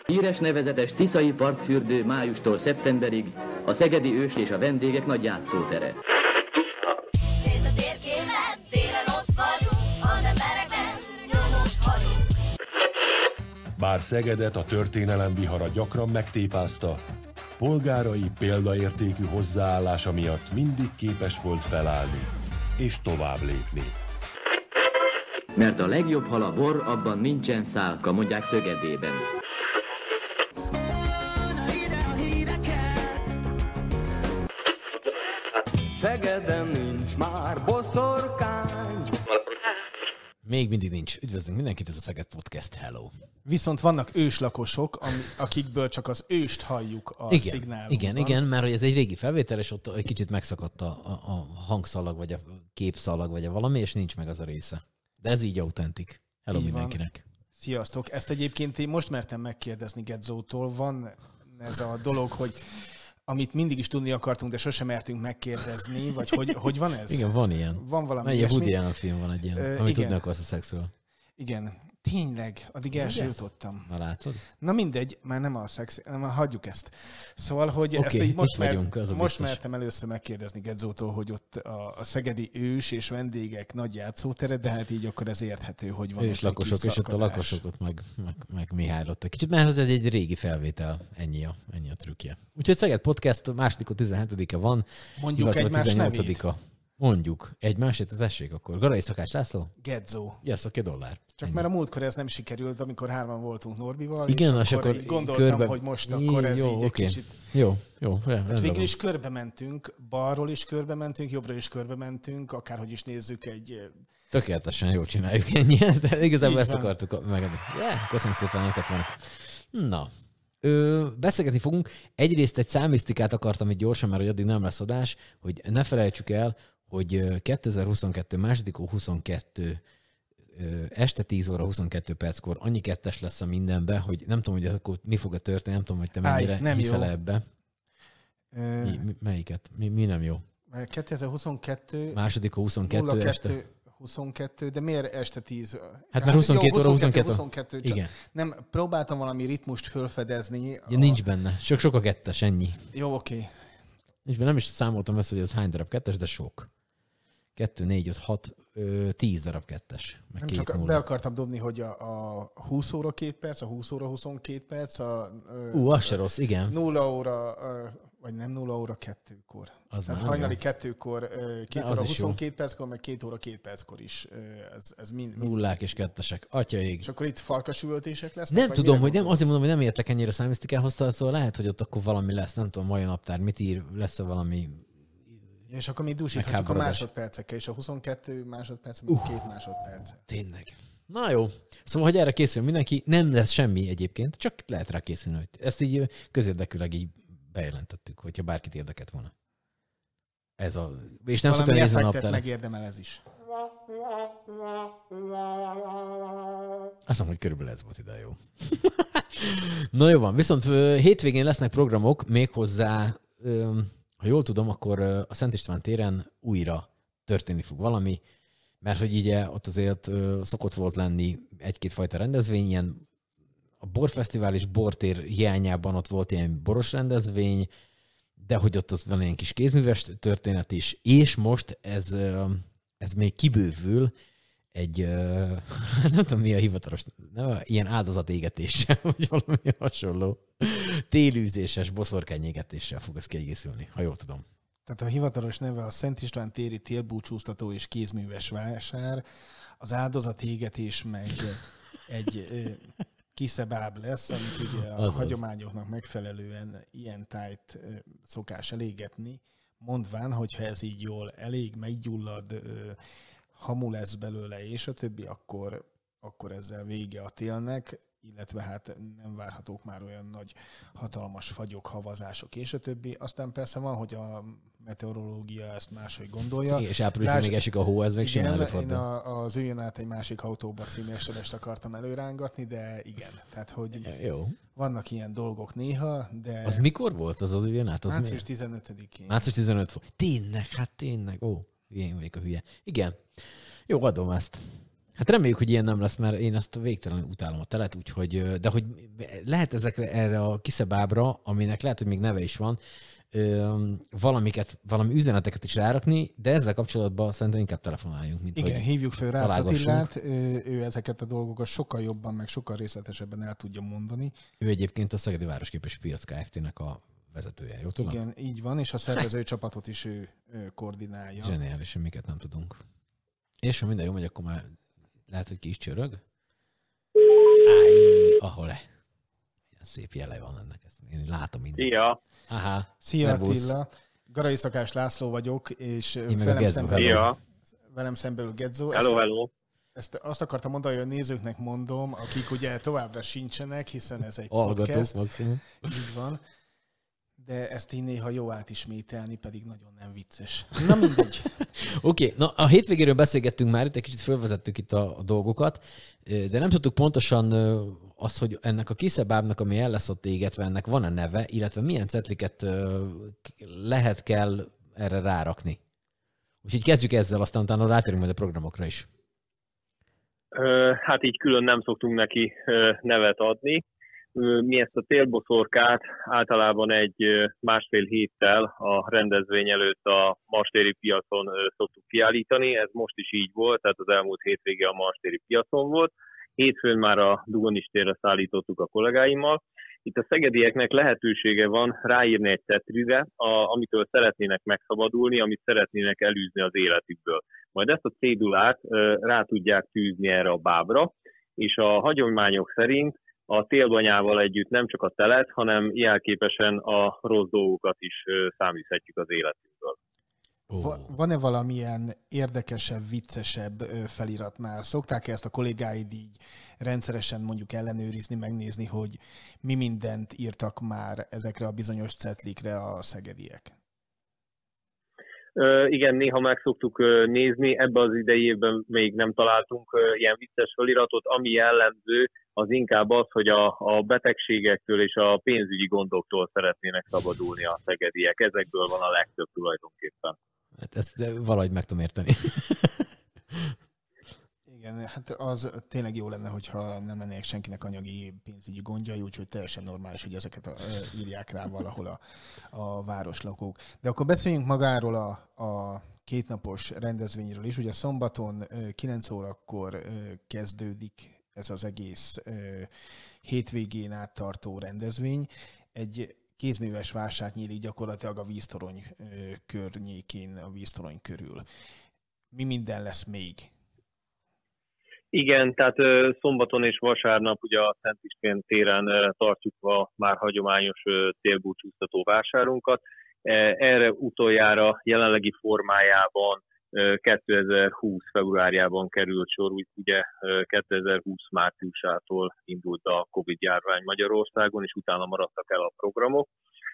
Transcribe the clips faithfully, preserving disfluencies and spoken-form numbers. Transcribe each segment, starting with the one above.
Híres nevezetes tiszai partfürdő májustól szeptemberig a szegedi ős és a vendégek nagy játszótere. Nézd a térképet, télen ott vagyunk, az embereknek nyomot hagyunk. Bár Szegedet a történelem vihara gyakran megtépázta, polgárai példaértékű hozzáállása miatt mindig képes volt felállni és tovább lépni. Mert a legjobb hal a bor, abban nincsen szálka, mondják Szögedében. Szegeden nincs már boszorkány. Még mindig nincs. Üdvözlünk mindenkit, ez a Szeged Podcast. Hello. Viszont vannak őslakosok, ami, akikből csak az őst halljuk a igen, szignálunkban. Igen, igen, mert ez egy régi felvétel, és ott egy kicsit megszakadt a, a, a hangszalag, vagy a képszalag, vagy a valami, és nincs meg az a része. De ez így autentik. Hello így mindenkinek. Van. Sziasztok. Ezt egyébként én most mertem megkérdezni Gedzótól. Van ez a dolog, hogy amit mindig is tudni akartunk, de sosem mertünk megkérdezni, vagy hogy, hogy van ez? Igen, van ilyen. Van valami ilyesmi. Egy Woody Allen film van egy ilyen, Ö, amit igen. tudni akarsz a szexről. Igen. Tényleg, addig el sem jutottam. Na látod? Na mindegy, már nem a szex, nem, hagyjuk ezt. Szóval, hogy okay, ezt így most, mer- vagyunk, most mertem először megkérdezni Gedzótól, hogy ott a, a szegedi ős és vendégek nagy játszótere, de hát így akkor ez érthető, hogy van ős lakosok, és ott a lakosok ott meg, meg, meg Mihálylottak. Kicsit, mert ez egy, egy régi felvétel, ennyi a, ennyi a trükkje. Úgyhogy Szeged Podcast második tizenhetedike van. Mondjuk egymás nevét. Mondjuk. Egymásét, az essék akkor. Garai Szakács László? Gedzó. Yes, oké, dollár. Csak ennyi. Mert a múltkor ez nem sikerült, amikor hárman voltunk Norbival, igen, és akkor, akkor gondoltam, körbe... hogy most akkor ez jó, így okay. egy kicsit... Jó, jó. Hát végül is körbe mentünk, balról is körbe mentünk, jobbra is körbe mentünk, akárhogy is nézzük egy... Tökéletesen jól csináljuk, ennyi. Ezt, igazából így ezt van. Akartuk megadni. Yeah, köszönöm szépen, neked van. Na, Ö, beszélgetni fogunk. Egyrészt egy számisztikát akartam itt gyorsan, mert hogy addig nem lesz adás, hogy ne felejtsük el, hogy kétezer-huszonkettő második huszonkettő este tíz óra huszonkettő perckor annyi kettes lesz a mindenbe, hogy nem tudom, hogy akkor mi fog történni, nem tudom, hogy te mennyire Áj, hiszel ebbe. Ö... Mi, mi, melyiket? Mi, mi nem jó? kétezer-huszonkettő második huszonkettő este. huszonkettő, de miért este tíz? Hát mert huszonkettő óra huszonkettő. huszonkettő igen. Nem, próbáltam valami ritmust fölfedezni. Ja, a... Nincs benne. Sok, sok a kettes, ennyi. Jó, oké. Okay. Nincs benne, nem is számoltam össze, hogy ez hány darab kettes, de sok. Kettő, négy, öt, hat, ö, tíz darab kettes. Meg nem csak nulla. Be akartam dobni, hogy a, a húsz óra két perc, a húsz óra huszonkettő perc, a... Ú, az se rossz, igen. nulla óra... vagy nem nulla óra kettőkor. Az tehát hajnali kettőkor, két óra huszonkettő perckor, meg két óra két perckor is. Ez, ez mind, mind. Nullák és kettesek. Atyaig. És akkor itt farkasüvöltések lesznek? Nem tudom, hogy nem, azért mondom, hogy nem értek ennyire számisztikához, szóval lehet, hogy ott akkor valami lesz, nem tudom, mai naptár mit ír, lesz-e valami... Ja, és akkor mi dúsíthatjuk a másodpercekkel, és a huszonkettő másodperc, uh, két másodperc. Tényleg. Na jó. Szóval, hogy erre készül mindenki, nem lesz semmi egyébként, csak lehet rá készülni, hogy ezt így közérdekűleg így bejelentettük, hogyha bárkit érdekelt volna. Ez a... És nem szoktam nézni a naptár. Megérdemel ez is. Azt mondom, hogy körülbelül ez volt ide jó. Na jó van, viszont hétvégén lesznek programok, méghozzá, ha jól tudom, akkor a Szent István téren újra történni fog valami, mert hogy így ott azért szokott volt lenni egy-két fajta rendezvény, ilyen a borfesztivál és bortér hiányában ott volt ilyen boros rendezvény, de hogy ott, ott van ilyen kis kézműves történet is, és most ez, ez még kibővül egy, nem tudom mi a hivatalos, nem, ilyen áldozatégetéssel, vagy valami hasonló télűzéses boszorkányégetéssel fog ez kiegészülni, ha jól tudom. Tehát a hivatalos neve a Szent István téri télbúcsúztató és kézműves vásár, az áldozatégetés meg egy... kiszebáb lesz, amit ugye a Azaz. hagyományoknak megfelelően ilyen tájt szokás elégetni, mondván, hogyha ez így jól elég, meggyullad, hamu lesz belőle, és a többi, akkor, akkor ezzel vége a télnek, illetve hát nem várhatók már olyan nagy, hatalmas fagyok, havazások, és a többi. Aztán persze van, hogy a meteorológia ezt máshogy gondolja. És áprilisban még esik a hó, ez még simán előfordul. Én a, az Üljön át egy másik autóba című esedest akartam előrángatni, de igen. Tehát, hogy jó. Vannak ilyen dolgok néha, de... Az mikor volt az az Üljön át? Az március tizenötödikén. március tizenötödike volt. Tényleg, hát tényleg. Ó, hülyén vagyok a hülye. Igen. Jó, adom ezt. Hát reméljük, hogy ilyen nem lesz, mert én ezt végtelenül utálom a telet, úgyhogy, de hogy lehet ezekre, erre a kiszebábra, aminek lehet, hogy még neve is van, valamiket, valami üzeneteket is rárakni, de ezzel kapcsolatban szerintem inkább telefonáljunk. Mint Igen, hívjuk fel Rácz Attilát, ő, ő ezeket a dolgokat sokkal jobban, meg sokkal részletesebben el tudja mondani. Ő egyébként a Szegedi Városképes Piac Kft-nek a vezetője, jó tudom? Igen, így van, és a szervező csapatot is ő, ő koordinálja. Zseniális, miket nem tudunk. És ha minden jó megy, akkor már lehet, hogy ki is csörög. Áj, ahol-e. Ilyen szép jele van ennek. Ezt én látom minden. Szia! Aha. Szia Attila! Garai Szakás László vagyok, és én velem szemben, velem szemben Gedzo. Hello, hello! Ezt azt akartam mondani, hogy a nézőknek mondom, akik ugye továbbra sincsenek, hiszen ez egy Hallgatók podcast. Maximum. Így van. De ezt így néha jó átismételni, pedig nagyon nem vicces. Na mindegy. Oké, okay, na a hétvégéről beszélgettünk már, itt egy kicsit fölvezettük itt a, a dolgokat, de nem tudtuk pontosan azt, hogy ennek a kiszebábnak, ami el lesz ott égetve, ennek van-e neve, illetve milyen cetliket lehet, kell erre rárakni. Úgyhogy kezdjük ezzel, aztán utána rátérünk majd a programokra is. Hát így külön nem szoktunk neki nevet adni. Mi ezt a télboszorkát általában egy másfél héttel a rendezvény előtt a Marstéri piacon szoktuk kiállítani. Ez most is így volt, tehát az elmúlt hétvége a Marstéri piacon volt. Hétfőn már a Dugonis térre szállítottuk a kollégáimmal. Itt a szegedieknek lehetősége van ráírni egy cetrire, amitől szeretnének megszabadulni, amit szeretnének elűzni az életükből. Majd ezt a cédulát rá tudják tűzni erre a bábra, és a hagyományok szerint a télbanyával együtt nem csak a telet, hanem jelképesen a rossz dolgokat is száműzhetjük az életünkből. Va- van-e valamilyen érdekesebb, viccesebb feliratnál? Szokták ezt a kollégáid így rendszeresen mondjuk ellenőrizni, megnézni, hogy mi mindent írtak már ezekre a bizonyos cetlikre a szegediek? Uh, igen, néha meg szoktuk uh, nézni, ebben az idei évben még nem találtunk uh, ilyen vicces feliratot, ami jellemző, az inkább az, hogy a, a betegségektől és a pénzügyi gondoktól szeretnének szabadulni a szegediek. Ezekből van a legtöbb tulajdonképpen. Hát ezt valahogy meg tudom érteni. Igen, hát az tényleg jó lenne, hogyha nem lennének senkinek anyagi pénzügyi gondjai, úgyhogy teljesen normális, hogy ezeket a, írják rá valahol a, a városlakók. De akkor beszéljünk magáról a, a kétnapos rendezvényről is. Ugye szombaton kilenc órakor kezdődik ez az egész hétvégén áttartó rendezvény. Egy kézműves vásár nyílik gyakorlatilag a víztorony környékén, a víztorony körül. Mi minden lesz még? Igen, tehát szombaton és vasárnap ugye a Szent István téren tartjuk a már hagyományos télbúcsúztató vásárunkat. Erre utoljára jelenlegi formájában kétezer-húsz februárjában került sor, úgy ugye kétezer-húsz márciusától indult a Covid-járvány Magyarországon, és utána maradtak el a programok.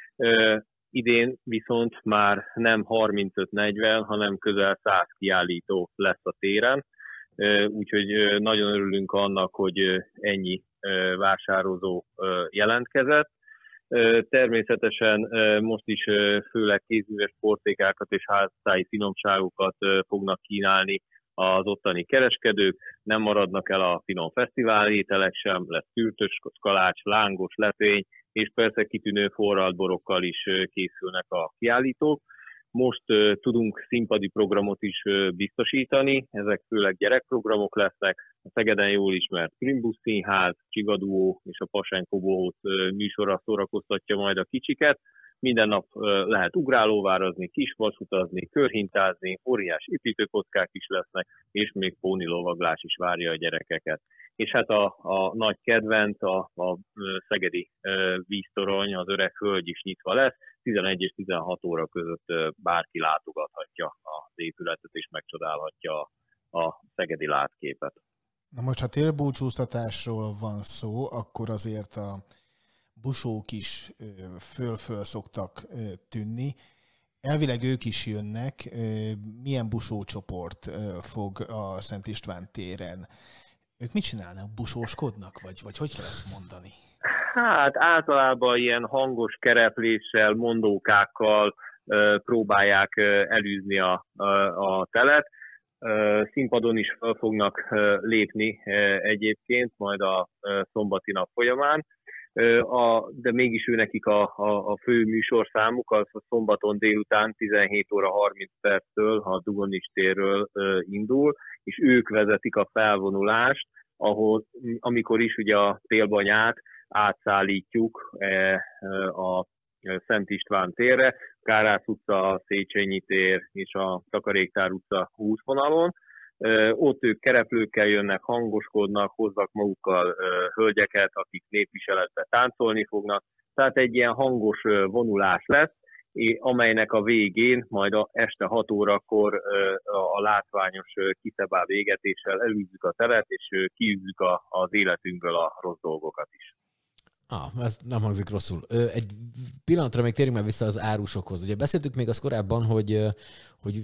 Idén viszont már nem harmincöt-negyven, hanem közel száz kiállító lesz a téren. Úgyhogy nagyon örülünk annak, hogy ennyi vásározó jelentkezett. Természetesen most is főleg kézműves portékákat és háztáji finomságokat fognak kínálni az ottani kereskedők. Nem maradnak el a finom fesztiválételek sem, lesz kürtös, kalács, lángos, lepény, és persze kitűnő forralt borokkal is készülnek a kiállítók. Most uh, tudunk színpadi programot is uh, biztosítani, ezek főleg gyerekprogramok lesznek. A Szegeden jól ismert Krimbus Színház, Csigaduó és a Pasenko Bohóc uh, műsora szórakoztatja majd a kicsiket. Minden nap uh, lehet ugrálóvárazni, kisvasutazni, körhintázni, óriás építőkockák is lesznek, és még pónilovaglás is várja a gyerekeket. És hát a, a nagy kedvenc, a, a szegedi uh, víztorony, az Öreg Hölgy is nyitva lesz. tizenegy és tizenhat óra között bárki látogathatja az épületet, és megcsodálhatja a szegedi látképet. Na most, ha télbúcsúztatásról van szó, akkor azért a busók is föl-föl szoktak tűnni. Elvileg ők is jönnek. Milyen busócsoport fog a Szent István téren? Ők mit csinálnak? Busóskodnak? Vagy, vagy hogy kell ezt mondani? Hát általában ilyen hangos kerepléssel, mondókákkal próbálják elűzni a, a, a telet. színpadon is fel fognak lépni egyébként, majd a szombati nap folyamán. A, de mégis ő nekik a, a, a fő műsorszámuk az a szombaton délután tizenhét óra harminc perctől a Dugonis térről indul, és ők vezetik a felvonulást, ahol, amikor is ugye a Télbanyát átszállítjuk a Szent István térre, Kárász utca, Széchenyi tér és a Takaréktár utca útvonalon. Ott ők kereplőkkel jönnek, hangoskodnak, hoznak magukkal hölgyeket, akik népviseletbe táncolni fognak. Tehát egy ilyen hangos vonulás lesz, amelynek a végén, majd a este hat órakor a látványos kiszebáll égetéssel elűzzük a teret, és kiűzzük az életünkből a rossz dolgokat is. Ah, ez nem hangzik rosszul. Egy pillanatra még térjünk már vissza az árusokhoz. Ugye beszéltük még az korábban, hogy, hogy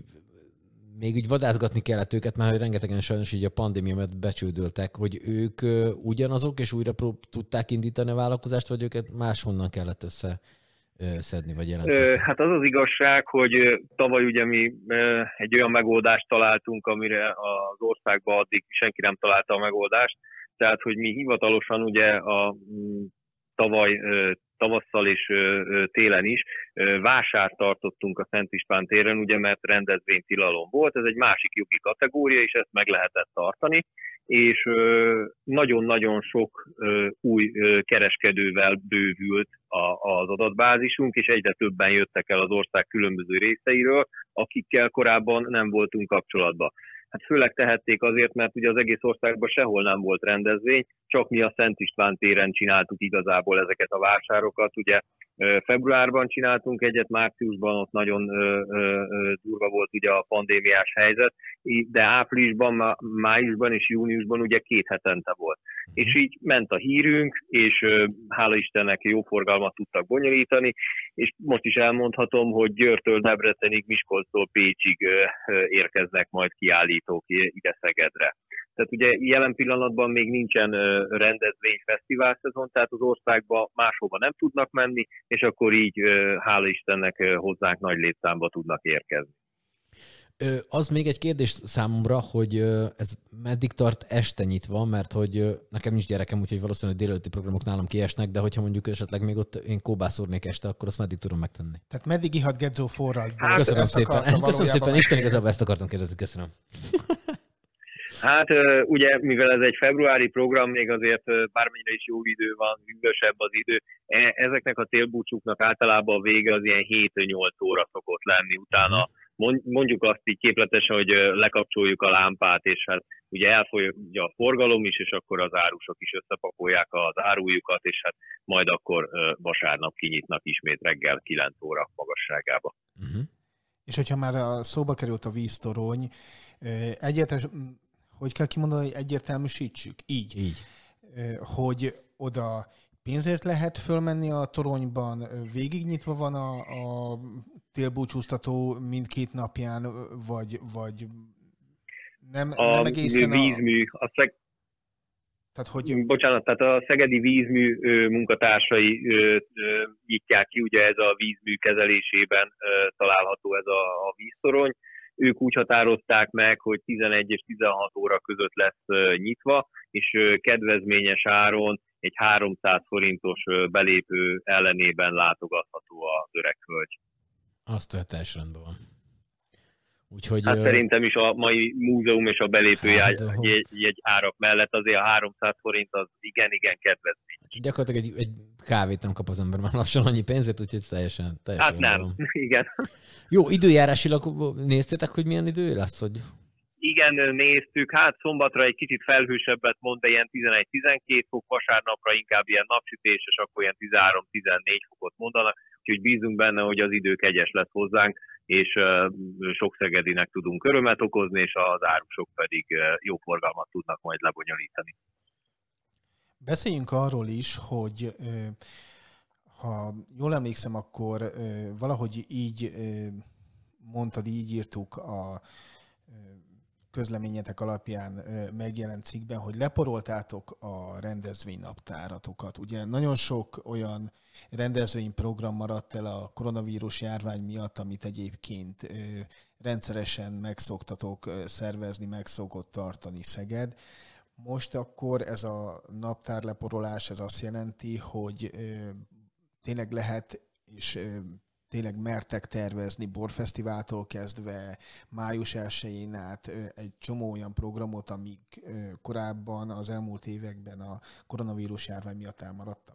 még úgy vadászgatni kellett őket, mert rengetegen sajnos így a pandémia miatt becsődöltek, hogy ők ugyanazok, és újra prób- tudták indítani a vállalkozást, vagy őket máshonnan kellett összeszedni, vagy jelentkezni? Hát az az igazság, hogy tavaly ugye mi egy olyan megoldást találtunk, amire az országban addig senki nem találta a megoldást, tehát hogy mi hivatalosan ugye a tavaly tavasszal és télen is vásárt tartottunk a Szent István téren, ugye, mert rendezvénytilalom volt, ez egy másik jogi kategória, és ezt meg lehetett tartani, és nagyon-nagyon sok új kereskedővel bővült az adatbázisunk, és egyre többen jöttek el az ország különböző részeiről, akikkel korábban nem voltunk kapcsolatban. Hát főleg tehették azért, mert ugye az egész országban sehol nem volt rendezvény, csak mi a Szent István téren csináltuk igazából ezeket a vásárokat. Ugye februárban csináltunk egyet, márciusban ott nagyon durva volt ugye a pandémiás helyzet, de áprilisban, májusban és júniusban ugye két hetente volt. És így ment a hírünk, és hála Istennek jó forgalmat tudtak bonyolítani, és most is elmondhatom, hogy Győrtől Debrecenig, Miskolctól Pécsig érkeznek majd kiállítók ide Szegedre. Tehát ugye jelen pillanatban még nincsen rendezvény, fesztivál szezon, tehát az országban máshova nem tudnak menni, és akkor így hála Istennek hozzánk nagy létszámba tudnak érkezni. Az még egy kérdés számomra, hogy ez meddig tart este nyitva, mert hogy nekem nincs gyerekem, úgyhogy valószínűleg délelőtti programok nálam kiesnek, de hogyha mondjuk esetleg még ott én kóbászornék este, akkor azt meddig tudom megtenni? Tehát meddig ihat Gedzó forral? Hát, köszönöm szépen, köszönöm szépen, Isten igazából ezt akartam kérdezni, köszönöm. Hát ugye, mivel ez egy februári program, még azért bármennyire is jó idő van, hűvösebb az idő, ezeknek a télbúcsúknak általában a vége az ilyen hét-nyolc óra szokott lenni, utána mondjuk azt így képletesen, hogy lekapcsoljuk a lámpát, és hát ugye elfolyja a forgalom is, és akkor az árusok is összepakolják az árujukat, és hát majd akkor vasárnap kinyitnak ismét reggel kilenc óra magasságába. Uh-huh. És hogyha már a szóba került a víztorony, egyértelmű, hogy kell kimondani, hogy egyértelműsítsük? Így. Így. Hogy oda pénzért lehet fölmenni a toronyban, végignyitva van a, a télbúcsúztató mindkét napján, vagy, vagy nem, a nem egészen vízmű, a... a szeg... tehát, hogy... Bocsánat, tehát a szegedi vízmű munkatársai nyitják ki, ugye ez a vízmű kezelésében található ez a, a víztorony. Ők úgy határozták meg, hogy tizenegy és tizenhat óra között lesz nyitva, és kedvezményes áron egy háromszáz forintos belépő ellenében látogatható az öreg hölgy. Azt teljes rendben van. Úgyhogy, hát szerintem is a mai múzeum és a belépő hát, jegy, jegy, jegy árak mellett azért a háromszáz forint az igen-igen kedvezményes. Gyakorlatilag egy, egy kávét nem kap az ember már lassan annyi pénzét, úgyhogy teljesen, teljesen hát nem, van. Igen. Jó, időjárásilag néztétek, hogy milyen idő lesz? Hogy... Igen, néztük, hát szombatra egy kicsit felhősebbet mond, de ilyen tizenegy-tizenkét fok, vasárnapra inkább ilyen napsütés, és akkor ilyen tizenhárom-tizennégy fokot mondanak, úgyhogy bízunk benne, hogy az idő kegyes lesz hozzánk, és uh, sok szegedinek tudunk örömet okozni, és az árusok pedig uh, jó forgalmat tudnak majd lebonyolítani. Beszéljünk arról is, hogy ha jól emlékszem, akkor valahogy így mondtad, így írtuk a közleményetek alapján megjelent cikkben, hogy leporoltátok a rendezvénynaptáratokat. Ugye nagyon sok olyan rendezvényprogram maradt el a koronavírus járvány miatt, amit egyébként rendszeresen megszoktatok szervezni, megszokott tartani Szeged. Most akkor ez a naptárleporolás, ez azt jelenti, hogy tényleg lehet, és tényleg mertek tervezni borfesztiváltól kezdve május elsején át egy csomó olyan programot, amik korábban az elmúlt években a koronavírus járvány miatt elmaradtak?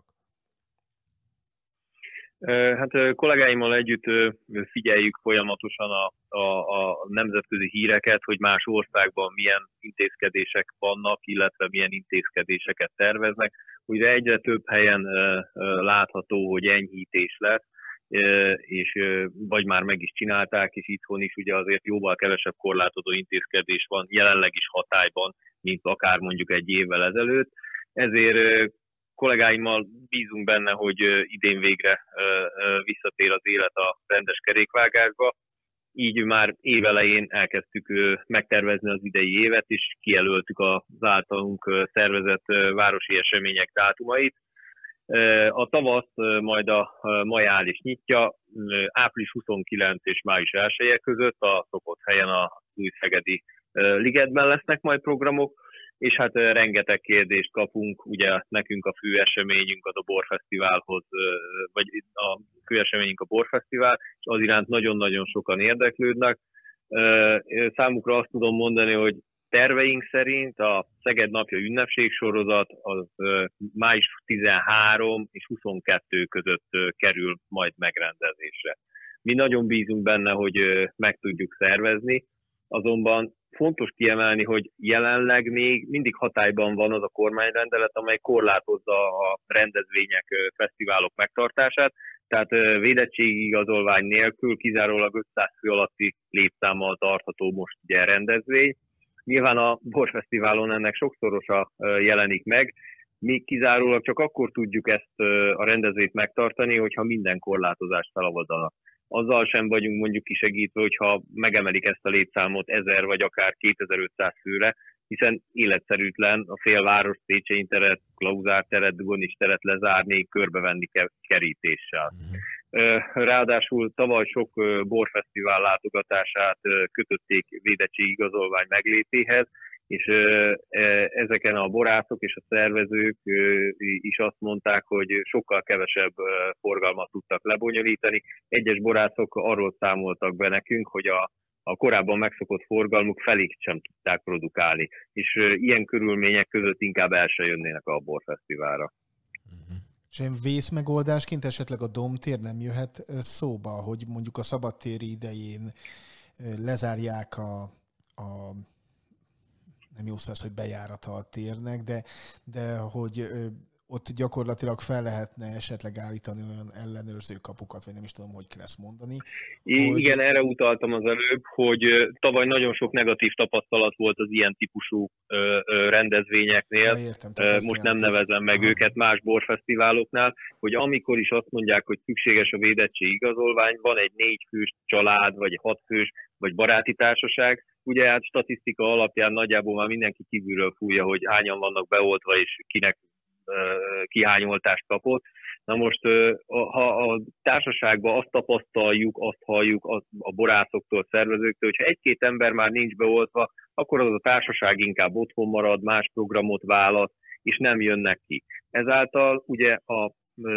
Hát kollégáimmal együtt figyeljük folyamatosan a, a, a nemzetközi híreket, hogy más országban milyen intézkedések vannak, illetve milyen intézkedéseket terveznek. Ugye egyre több helyen látható, hogy enyhítés lesz, és vagy már meg is csinálták, és itthon is ugye azért jóval kevesebb korlátozó intézkedés van jelenleg is hatályban, mint akár mondjuk egy évvel ezelőtt. Ezért kollégáimmal bízunk benne, hogy idén végre visszatér az élet a rendes kerékvágásba. Így már évelején elkezdtük megtervezni az idei évet, és kijelöltük az általunk szervezett városi események dátumait. A tavaszt majd a Majális nyitja, április huszonkilencedike és május elseje között a szokott helyen a Új-Szegedi Ligetben lesznek majd programok, és hát rengeteg kérdést kapunk, ugye nekünk a fő eseményünk az a borfesztiválhoz, vagy a fő eseményünk a borfesztivál, és az iránt nagyon-nagyon sokan érdeklődnek. Számukra azt tudom mondani, hogy terveink szerint a Szeged napja ünnepségsorozat az május tizenharmadika és huszonkettő között kerül majd megrendezésre. Mi nagyon bízunk benne, hogy meg tudjuk szervezni, azonban fontos kiemelni, hogy jelenleg még mindig hatályban van az a kormányrendelet, amely korlátozza a rendezvények, fesztiválok megtartását, tehát védettségi igazolvány nélkül kizárólag ötszáz fő alatti létszámmal tartható most ugye rendezvény. Nyilván a borfesztiválon ennek sokszorosa jelenik meg, mi kizárólag csak akkor tudjuk ezt a rendezvényt megtartani, hogyha minden korlátozást felavazanak. Azzal sem vagyunk mondjuk kisegítve, hogyha megemelik ezt a létszámot ezer vagy akár kétezer-ötszáz főre, hiszen életszerűtlen a félváros, Széchenyi teret, Klauzár teret, Dugonis teret lezárni, körbevenni kerítéssel. Ráadásul tavaly sok borfesztivál látogatását kötötték védettségigazolvány meglétéhez, és ezeken a borászok és a szervezők is azt mondták, hogy sokkal kevesebb forgalmat tudtak lebonyolítani. Egyes borászok arról számoltak be nekünk, hogy a, a korábban megszokott forgalmuk felét sem tudták produkálni, és ilyen körülmények között inkább el se jönnének a borfesztiválra. És ilyen vészmegoldásként esetleg a Domtér nem jöhet szóba, hogy mondjuk a szabadtéri idején lezárják a, a nem jó szó az, hogy bejárata a térnek, de, de hogy ott gyakorlatilag fel lehetne esetleg állítani olyan ellenőrző kapukat, vagy nem is tudom, hogy kell ezt mondani. I- hogy... Igen, erre utaltam az előbb, hogy tavaly nagyon sok negatív tapasztalat volt az ilyen típusú ö, ö, rendezvényeknél. Ja, értem, most nem nevezem meg Aha. őket más borfesztiváloknál, hogy amikor is azt mondják, hogy szükséges a védettség igazolvány, van egy négy fős család, vagy hat fős, vagy baráti társaság, ugye hát statisztika alapján nagyjából már mindenki kívülről fújja, hogy hányan vannak beoltva, és kinek ki hány oltást kapott. Na most, ha a társaságban azt tapasztaljuk, azt halljuk a borászoktól, szervezőktől, hogyha egy-két ember már nincs beoltva, akkor az a társaság inkább otthon marad, más programot választ, és nem jönnek ki. Ezáltal ugye a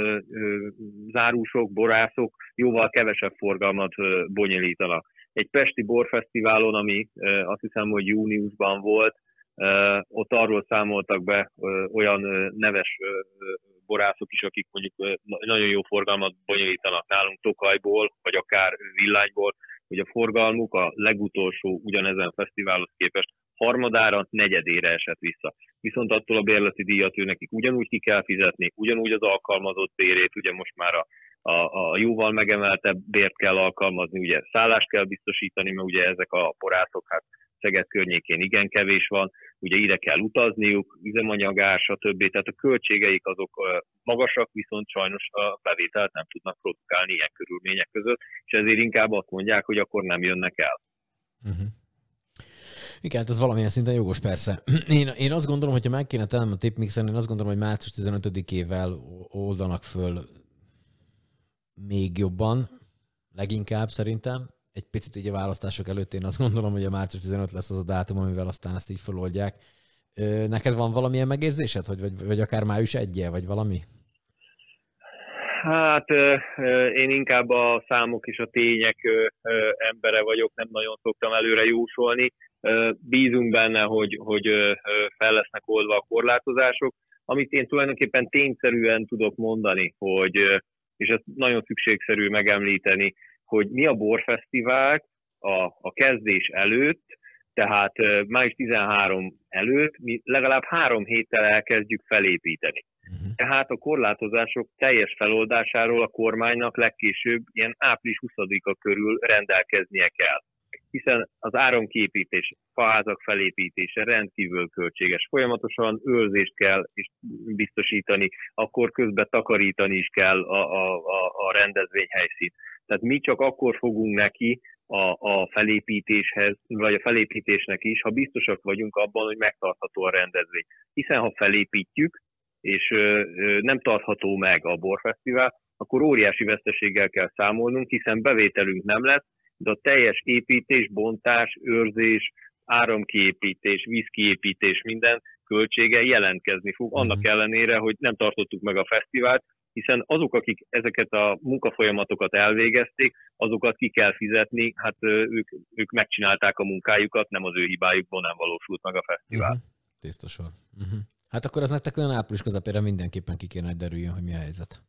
zárúsok, borászok jóval kevesebb forgalmat bonyolítanak. Egy pesti borfesztiválon, ami azt hiszem, hogy júniusban volt, Uh, ott arról számoltak be uh, olyan uh, neves uh, borászok is, akik mondjuk uh, nagyon jó forgalmat bonyolítanak nálunk Tokajból, vagy akár Villányból, hogy a forgalmuk a legutolsó ugyanezen fesztiválhoz képest harmadára, negyedére esett vissza. Viszont attól a bérleti díjat ő nekik ugyanúgy ki kell fizetni, ugyanúgy az alkalmazott bérét, ugye most már a, a, a jóval megemeltebb bért kell alkalmazni, ugye szállást kell biztosítani, mert ugye ezek a borászok, hát Szeged környékén igen kevés van, ugye ide kell utazniuk, üzemanyagár, stb. Tehát a költségeik azok magasak, viszont sajnos a bevételt nem tudnak produkálni ilyen körülmények között, és ezért inkább azt mondják, hogy akkor nem jönnek el. Uh-huh. Igen, hát ez valamilyen szinten jogos, persze. Én, én azt gondolom, hogyha meg kéne tennem a tipmixen, én azt gondolom, hogy március tizenötödikével oldanak föl még jobban, leginkább szerintem. Egy picit így a választások előtt én azt gondolom, hogy a március tizenötödike lesz az a dátum, amivel aztán ezt így feloldják. Neked van valamilyen megérzésed, vagy, vagy, vagy akár május elseje, vagy valami? Hát én inkább a számok és a tények embere vagyok, nem nagyon szoktam előre jósolni. Bízunk benne, hogy, hogy fel lesznek oldva a korlátozások. Amit én tulajdonképpen tényszerűen tudok mondani, hogy, és ez nagyon szükségszerű megemlíteni, hogy mi a borfesztivál a, a kezdés előtt, tehát május tizenharmadika előtt mi legalább három héttel elkezdjük felépíteni. Uh-huh. Tehát a korlátozások teljes feloldásáról a kormánynak legkésőbb ilyen április huszadika körül rendelkeznie kell. Hiszen az áramkiépítés, faházak felépítése rendkívül költséges. Folyamatosan őrzést kell is biztosítani, akkor közben takarítani is kell a, a, a rendezvényhelyszínt. Tehát mi csak akkor fogunk neki a, a felépítéshez, vagy a felépítésnek is, ha biztosak vagyunk abban, hogy megtartható a rendezvény. Hiszen ha felépítjük, és ö, ö, nem tartható meg a borfesztivál, akkor óriási veszteséggel kell számolnunk, hiszen bevételünk nem lesz, de a teljes építés, bontás, őrzés, áramkiépítés, vízkiépítés, minden költsége jelentkezni fog, annak ellenére, hogy nem tartottuk meg a fesztivált, hiszen azok, akik ezeket a munkafolyamatokat elvégezték, azokat ki kell fizetni, hát ők, ők megcsinálták a munkájukat, nem az ő hibájukból nem valósult meg a fesztivál. Uh-huh. Tiszta sor. Uh-huh. Hát akkor az nektek olyan április közepére mindenképpen ki kéne, hogy derüljön, hogy mi a helyzet.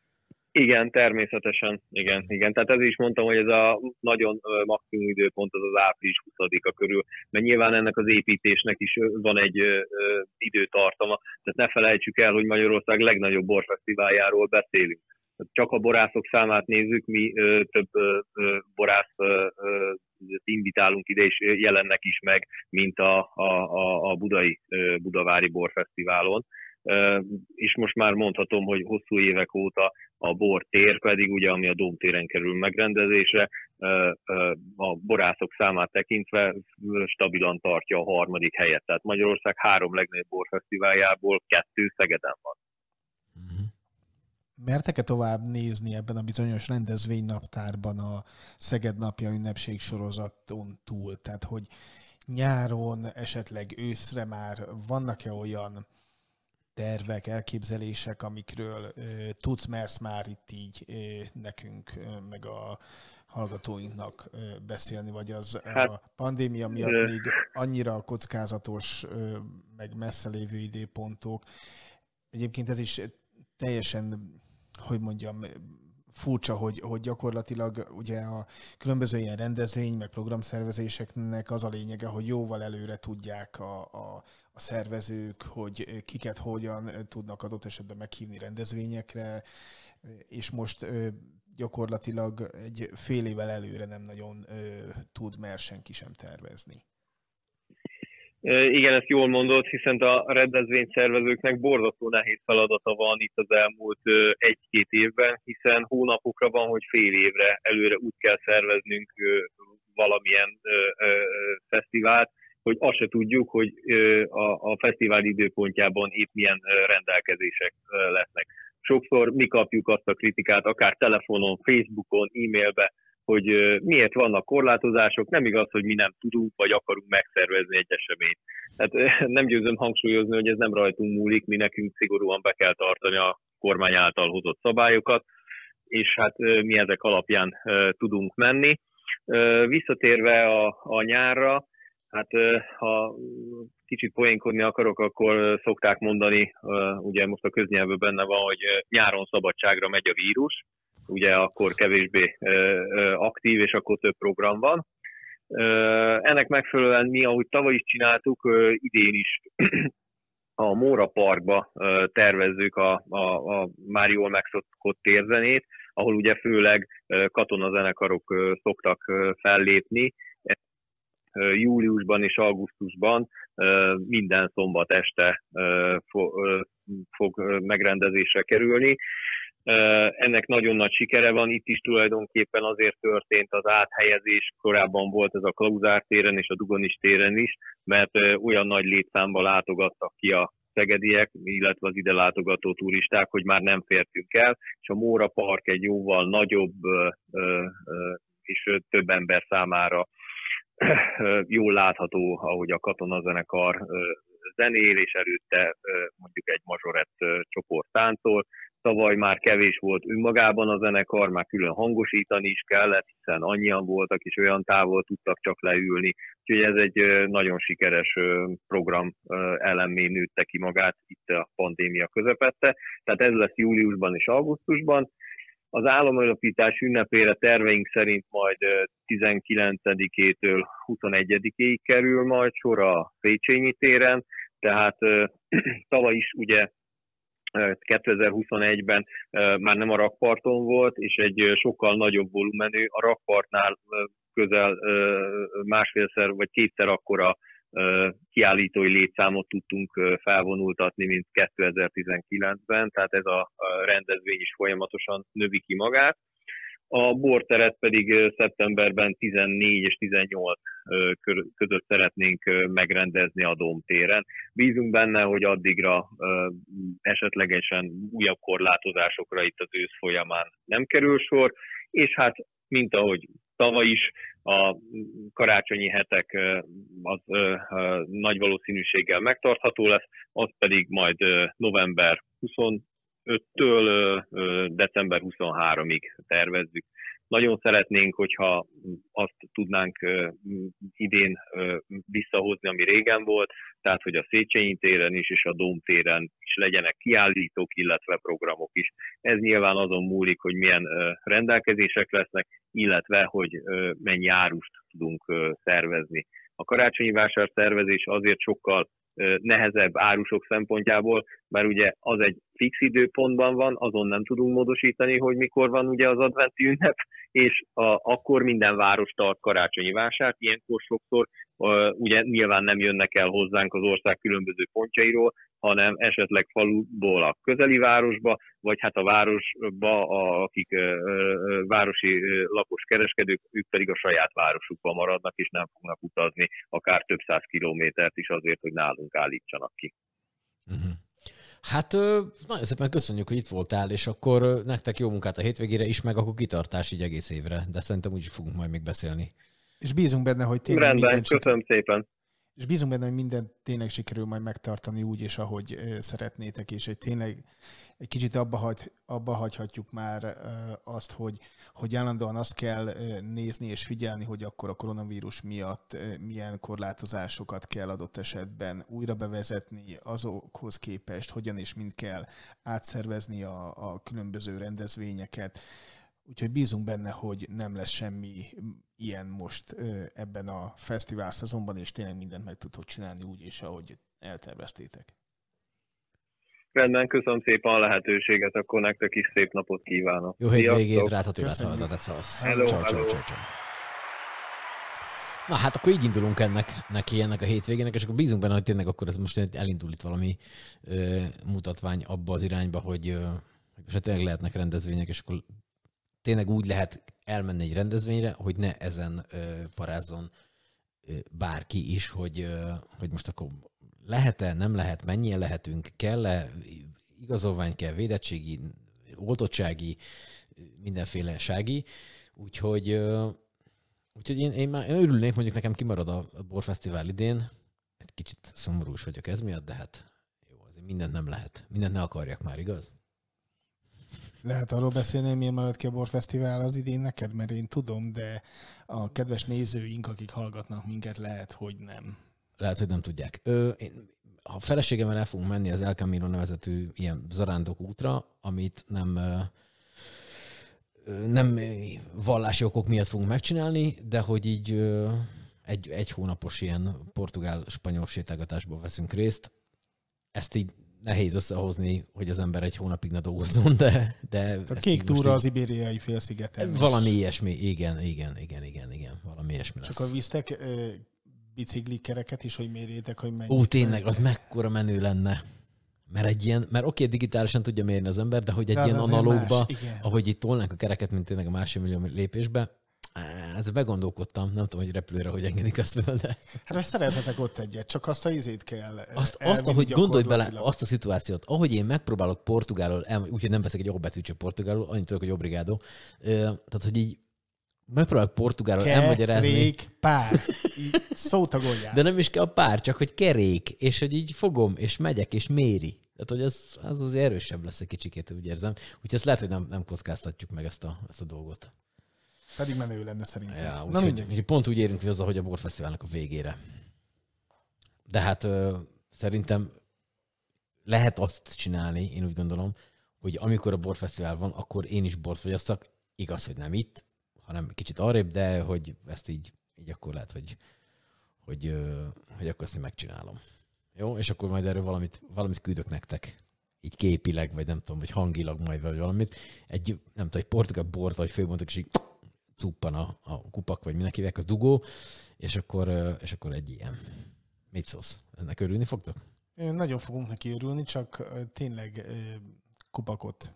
Igen, természetesen. Igen, igen. Tehát ezért is mondtam, hogy ez a nagyon maximum időpont az az április huszadika körül, mert nyilván ennek az építésnek is van egy ö, ö, időtartama. Tehát ne felejtsük el, hogy Magyarország legnagyobb borfesztiváljáról beszélünk. Csak a borászok számát nézzük, mi ö, több ö, borász ö, ö, invitálunk ide, és jelennek is meg, mint a, a, a budai ö, Budavári Borfesztiválon. Uh, és most már mondhatom, hogy hosszú évek óta a bortér pedig, ugye, ami a Dómtéren kerül megrendezésre, uh, uh, a borászok számát tekintve stabilan tartja a harmadik helyet. Tehát Magyarország három legnagyobb borfesztiváljából kettő Szegeden van. Mertek-e tovább nézni ebben a bizonyos rendezvénynaptárban a Szeged napja ünnepség sorozaton túl? Tehát, hogy nyáron, esetleg őszre már vannak-e olyan tervek, elképzelések, amikről ö, tudsz, mersz már itt így ö, nekünk, ö, meg a hallgatóinknak ö, beszélni, vagy az hát, a pandémia miatt ö... még annyira kockázatos, ö, meg messze lévő időpontok. Egyébként ez is teljesen, hogy mondjam, furcsa, hogy, hogy gyakorlatilag ugye a különböző ilyen rendezvény, meg programszervezéseknek az a lényege, hogy jóval előre tudják a, a, a szervezők, hogy kiket hogyan tudnak adott esetben meghívni rendezvényekre, és most gyakorlatilag egy fél évvel előre nem nagyon tud mer senki sem tervezni. Igen, ezt jól mondod, hiszen a rendezvényszervezőknek borzasztó nehéz feladata van itt az elmúlt egy-két évben, hiszen hónapokra van, hogy fél évre előre úgy kell szerveznünk valamilyen fesztivált, hogy azt se tudjuk, hogy a fesztivál időpontjában épp milyen rendelkezések lesznek. Sokszor mi kapjuk azt a kritikát, akár telefonon, Facebookon, e-mailbe, hogy miért vannak korlátozások, nem igaz, hogy mi nem tudunk, vagy akarunk megszervezni egy eseményt. Tehát nem győzöm hangsúlyozni, hogy ez nem rajtunk múlik, mi nekünk szigorúan be kell tartani a kormány által hozott szabályokat, és hát mi ezek alapján tudunk menni. Visszatérve a, a nyárra, hát ha kicsit poénkodni akarok, akkor szokták mondani, ugye most a köznyelvben benne van, hogy nyáron szabadságra megy a vírus, ugye akkor kevésbé aktív, és akkor több program van. Ennek megfelelően mi, ahogy tavaly is csináltuk, idén is a Móra Parkba tervezzük a, a, a már jól megszokott térzenét, ahol ugye főleg katonazenekarok szoktak fellépni. Júliusban és augusztusban minden szombat este fog megrendezésre kerülni. Ennek nagyon nagy sikere van, itt is tulajdonképpen azért történt az áthelyezés, korábban volt ez a Klauzár téren és a Dugonis téren is, mert olyan nagy létszámban látogattak ki a szegediek, illetve az ide látogató turisták, hogy már nem fértünk el, és a Móra Park egy jóval nagyobb és több ember számára jól látható, ahogy a katonazenekar zenél, és előtte mondjuk egy mazsorett csoport táncol. Tavaly már kevés volt önmagában a zenekar, már külön hangosítani is kellett, hiszen annyian voltak, és olyan távol tudtak csak leülni. Úgyhogy ez egy nagyon sikeres program elemmé nőtte ki magát itt a pandémia közepette. Tehát ez lesz júliusban és augusztusban. Az államalapítás ünnepére terveink szerint majd tizenkilencedikétől huszonegyedikéig kerül majd sor a Széchenyi téren, tehát tavaly is ugye kétezer-huszonegyben már nem a rakparton volt, és egy sokkal nagyobb volumenű, a rakpartnál közel másfélszer vagy kétszer akkora kiállítói létszámot tudtunk felvonultatni, mint kétezer-tizenkilencben, tehát ez a rendezvény is folyamatosan növi ki magát. A borteret pedig szeptemberben tizennégy és tizennyolc között szeretnénk megrendezni a Dómtéren. Bízunk benne, hogy addigra esetlegesen újabb korlátozásokra itt az ősz folyamán nem kerül sor, és hát mint ahogy tavaly is, a karácsonyi hetek az nagy valószínűséggel megtartható lesz, az pedig majd november huszonötödikétől december huszonharmadikáig tervezzük. Nagyon szeretnénk, hogyha azt tudnánk idén visszahozni, ami régen volt, tehát hogy a Széchenyi téren is és a Dómtéren is legyenek kiállítók, illetve programok is. Ez nyilván azon múlik, hogy milyen rendelkezések lesznek, illetve hogy mennyi árust tudunk szervezni. A karácsonyi vásár szervezés azért sokkal nehezebb árusok szempontjából, mert ugye az egy fix időpontban van, azon nem tudunk módosítani, hogy mikor van ugye az adventi ünnep, és a, akkor minden város tart karácsonyi vásárt, ilyenkor sokszor uh, ugye nyilván nem jönnek el hozzánk az ország különböző pontjairól, hanem esetleg faluból a közeli városba, vagy hát a városba, a, akik uh, uh, városi uh, lakos kereskedők, ők pedig a saját városukban maradnak, és nem fognak utazni akár több száz kilométert is azért, hogy nálunk állítsanak ki. Uh-huh. Hát nagyon szépen köszönjük, hogy itt voltál, és akkor nektek jó munkát a hétvégére is, meg akkor kitartás így egész évre, de szerintem úgyis fogunk majd még beszélni. És bízunk benne, hogy tényleg Rendben, minden köszönöm siker... szépen. És bízunk benne, hogy minden tényleg sikerül majd megtartani úgy, és ahogy szeretnétek, és hogy tényleg egy kicsit abba, hagy, abba hagyhatjuk már azt, hogy, hogy állandóan azt kell nézni és figyelni, hogy akkor a koronavírus miatt milyen korlátozásokat kell adott esetben újra bevezetni, azokhoz képest hogyan és mind kell átszervezni a, a különböző rendezvényeket. Úgyhogy bízunk benne, hogy nem lesz semmi ilyen most ebben a fesztivál szezonban, és tényleg mindent meg tudtok csinálni úgy is, ahogy elterveztétek. Rendben, köszönöm szépen a lehetőséget, akkor nektek is szép napot kívánok. Jó hétvégét, Ráth Attilát hallgatok, szavasz. Hello, csau, hello. csau, csau, csau. Na hát akkor így indulunk ennek, neki ennek a hétvégének, és akkor bízunk benne, hogy tényleg akkor ez most elindul itt valami ö, mutatvány abba az irányba, hogy, ö, hogy most tényleg lehetnek rendezvények, és akkor tényleg úgy lehet elmenni egy rendezvényre, hogy ne ezen ö, parázzon ö, bárki is, hogy, ö, hogy most akkor lehet-e, nem lehet, mennyien lehetünk, kell-e, igazolvány kell, védettségi, oltottsági, mindenfélesági. Úgyhogy, ö, úgyhogy én, én már örülnék, mondjuk nekem kimarad a, a borfesztivál idén. Egy kicsit szomorús vagyok ez miatt, de hát jó, azért mindent nem lehet. Mindent ne akarjak már, igaz? Lehet arról beszélni, hogy miért maradt ki a borfesztivál az idén neked? Mert én tudom, de a kedves nézőink, akik hallgatnak minket, lehet, hogy nem. Lehet, hogy nem tudják. Ö, én, ha feleségemmel el fogunk menni az El Camino nevezetű ilyen zarándok útra, amit nem, ö, nem vallási okok miatt fogunk megcsinálni, de hogy így ö, egy, egy hónapos ilyen portugál-spanyol sétálgatásból veszünk részt. Ezt így nehéz összehozni, hogy az ember egy hónapig ne dolgozzon, de... de a kék túra az ibériai félszigeten. Valami ilyesmi, igen, igen, igen, igen, igen, valami ilyesmi lesz. Csak akkor visztek biciklikereket is, hogy mérjétek, hogy mennyi. Ó, tényleg, az mekkora menő lenne. Mert egy ilyen, mert oké, digitálisan tudja mérni az ember, de hogy egy De az ilyen azért analógba, más, igen. ahogy itt tolnánk a kereket, mint tényleg a másfél millió lépésbe, ez begondolkodtam, nem tudom, hogy repülőre hogy engedik ezt fel, de... Hát, hogy szerezzetek ott egyet, csak azt a izét kell Azt, azt ahogy gondolj bele, azt a szituációt, ahogy én megpróbálok portugálul, úgyhogy nem beszélek egy jobb betűt, csak portugálul, annyit tudok, hogy obrigado. Tehát, hogy így megpróbálok portugálul elmagyarázni. Kerék pár. Így szótagolják. De nem is kell a pár, csak hogy kerék, és hogy így fogom, és megyek, és méri. Tehát, hogy az, az azért erősebb lesz egy kicsikét, úgy érzem. Úgyhogy ezt lehet, hogy nem, nem kockáztatjuk meg ezt a, ezt a dolgot. Pedig menő lenne szerintem. Ja, úgy, Na hogy, mindegy. hogy pont úgy érünk hozzá, hogy a borfesztiválnak a végére. De hát ö, szerintem lehet azt csinálni, én úgy gondolom, hogy amikor a borfesztivál van, akkor én is bort fogyasztak. Igaz, hogy nem itt, hanem kicsit arrébb, de hogy ezt így, így akkor lehet, hogy, hogy, ö, hogy akkor ezt én megcsinálom. Jó? És akkor majd erről valamit, valamit küldök nektek. Így képileg, vagy nem tudom, vagy hangilag majd, vagy valamit. Egy, nem tudom, egy portugál bort, vagy főmondok, és így cuppan a, a kupak, vagy minek hívják, az dugó, és akkor, és akkor egy ilyen. Mit szólsz? Ennek örülni fogtok? Nagyon fogunk neki örülni, csak tényleg kupakot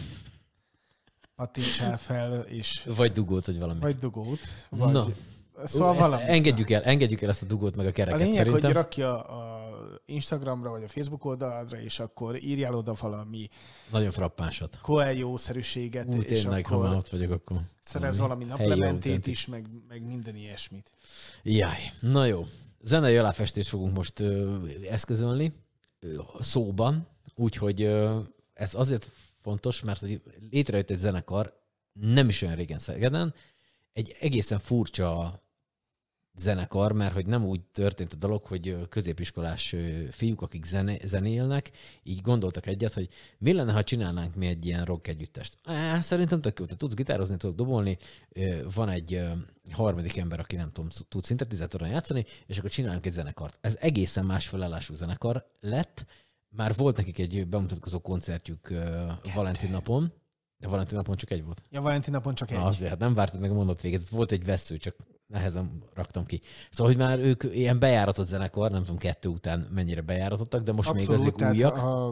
pattintsál fel, és... Vagy dugót, vagy valamit. Vagy dugót. Vagy... Na. Szóval Ú, valami. Engedjük el, engedjük el ezt a dugót, meg a kereket. A lényeg, szerintem. hogy rakja a Instagramra, vagy a Facebook oldaladra, és akkor írjál oda valami nagyon frappánsat. Coelho-szerűséget, Ú, és tényleg, ha már ott vagyok, akkor... szerez valami naplementét is, meg, meg minden ilyesmit. Jaj, na jó. Zenei aláfestést fogunk most ö, eszközölni ö, szóban, úgyhogy ö, ez azért fontos, mert hogy létrejött egy zenekar nem is olyan régen Szegeden, egy egészen furcsa zenekar, mert hogy nem úgy történt a dolog, hogy középiskolás fiúk, akik zene, zenélnek, így gondoltak egyet, hogy mi lenne, ha csinálnánk mi egy ilyen rock együttest. Á, szerintem tök jó, te tudsz gitározni, tudok dobolni, van egy harmadik ember, aki nem tudom, tud szintetizátoron játszani, és akkor csinálunk egy zenekart. Ez egészen más felállású zenekar lett, már volt nekik egy bemutatkozó koncertjük Valentin napon, de Valentin napon csak egy volt. Ja, Valentin napon csak egy. Na, azért, hát nem vártad meg a mondat véget. Volt egy vessző, csak nehezen raktam ki. Szóval, hogy már ők ilyen bejáratott zenekar, nem tudom kettő után mennyire bejáratottak, de most abszolút, még azért újak. A,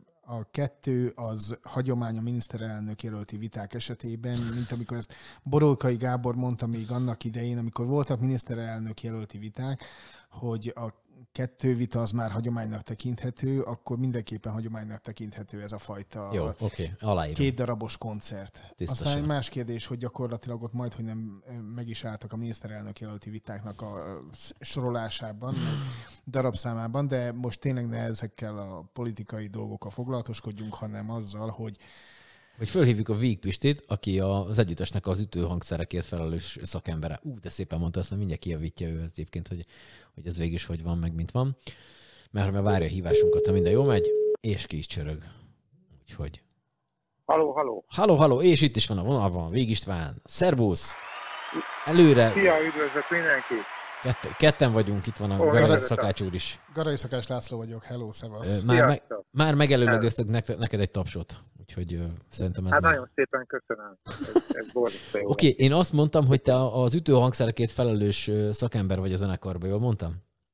a kettő az hagyomány a miniszterelnök jelölti viták esetében, mint amikor ezt Borolkai Gábor mondta még annak idején, amikor voltak miniszterelnök jelölti viták, hogy a kettő vita az már hagyománynak tekinthető, akkor mindenképpen hagyománynak tekinthető ez a fajta Jó, oké, aláírom. Két darabos koncert. Tisztesen. Aztán egy más kérdés, hogy gyakorlatilag ott majd, hogy nem meg is álltak a miniszterelnök jelölti vitáknak a sorolásában, darabszámában, de most tényleg ne ezekkel a politikai dolgokkal foglalatoskodjunk, hanem azzal, hogy Hogy fölhívjuk a Víg Pistit, aki az együttesnek az ütőhangszerekért felelős szakembere. Ú, de szépen mondta, azt mindjárt kijavítja ő egyébként, hogy, hogy ez végig is hogy van, meg mint van. Mert már várja a hívásunkat, ha minden jó megy, és ki is csörög. Úgyhogy... Haló, haló. Haló, haló, és itt is van a vonalban, Víg István. Szerbusz! Előre... Szia, üdvözlök mindenkit! Kett, ketten vagyunk, itt van a Ó, Garai jó, Szakács úr is. Garai Szakás László vagyok, hello, szevasz. Már, me, Sziasztok. már megelőlegeztek neked, neked egy tapsot, úgyhogy uh, szerintem ez Hát már... nagyon szépen köszönöm. Ez, ez borzasztó jó. Oké, okay, én azt mondtam, hogy te az ütőhangszerekért felelős szakember vagy a zenekarban, jól mondtam?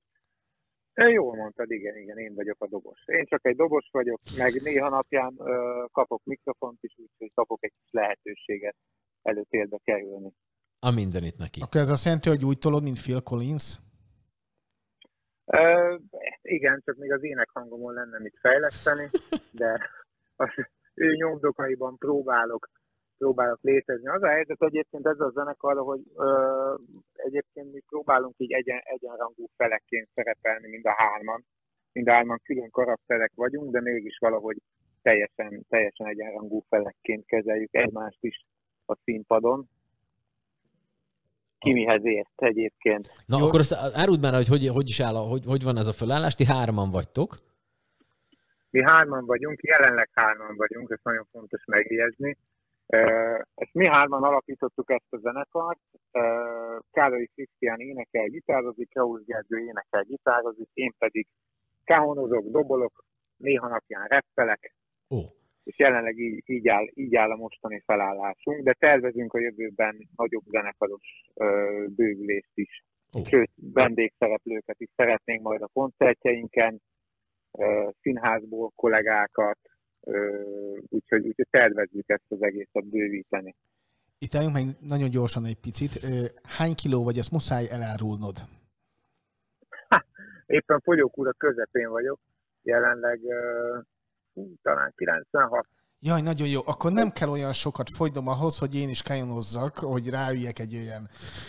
É, jól mondtad, igen, igen, én vagyok a dobos. Én csak egy dobos vagyok, meg néha napján ö, kapok mikrofont is, úgyhogy kapok egy kis lehetőséget előtérbe kerülni. A mindenit neki. Akkor ez azt jelenti, hogy úgy tolod, mint Phil Collins? Ö, igen, csak még az énekhangomon lenne mit fejleszteni, de az ő nyomdokaiban próbálok, próbálok létezni. Az a helyzet egyébként ezzel a zenekarra, hogy ö, egyébként mi próbálunk így egyen, egyenrangú felekként szerepelni mind a hárman. Mind a hárman külön karakterek vagyunk, de mégis valahogy teljesen, teljesen egyenrangú felekként kezeljük egymást is a színpadon. Ki mihez ért egyébként. Na, Jó. akkor azt áruld már, hogy hogy, hogy is áll, a, hogy, hogy van ez a felállás, ti hárman vagytok. Mi hárman vagyunk, jelenleg hárman vagyunk, ez nagyon fontos megjegyezni. Ezt mi hárman alapítottuk ezt a zenekart. Károly Krisztián énekel, gitározik, Krausz Gergő énekel, gitározik, én pedig kahonozok, dobolok, néha napján reppelek, Ó. és jelenleg így, így, áll, így áll a mostani felállásunk, de tervezünk a jövőben nagyobb zenekaros ö, bővülést is. Ó. Sőt, vendégszereplőket is szeretnénk majd a koncertjeinken. színházból kollégákat, úgyhogy, úgyhogy tervezzük ezt az egészet bővíteni. Itt álljunk meg nagyon gyorsan egy picit. Hány kiló vagy, ezt muszáj elárulnod? Ha, éppen fogyókúra közepén vagyok, jelenleg hú, talán kilencvenhat. Jaj, nagyon jó. Akkor nem kell olyan sokat fogynom ahhoz, hogy én is kajonozzak, hogy ráüljek egy olyan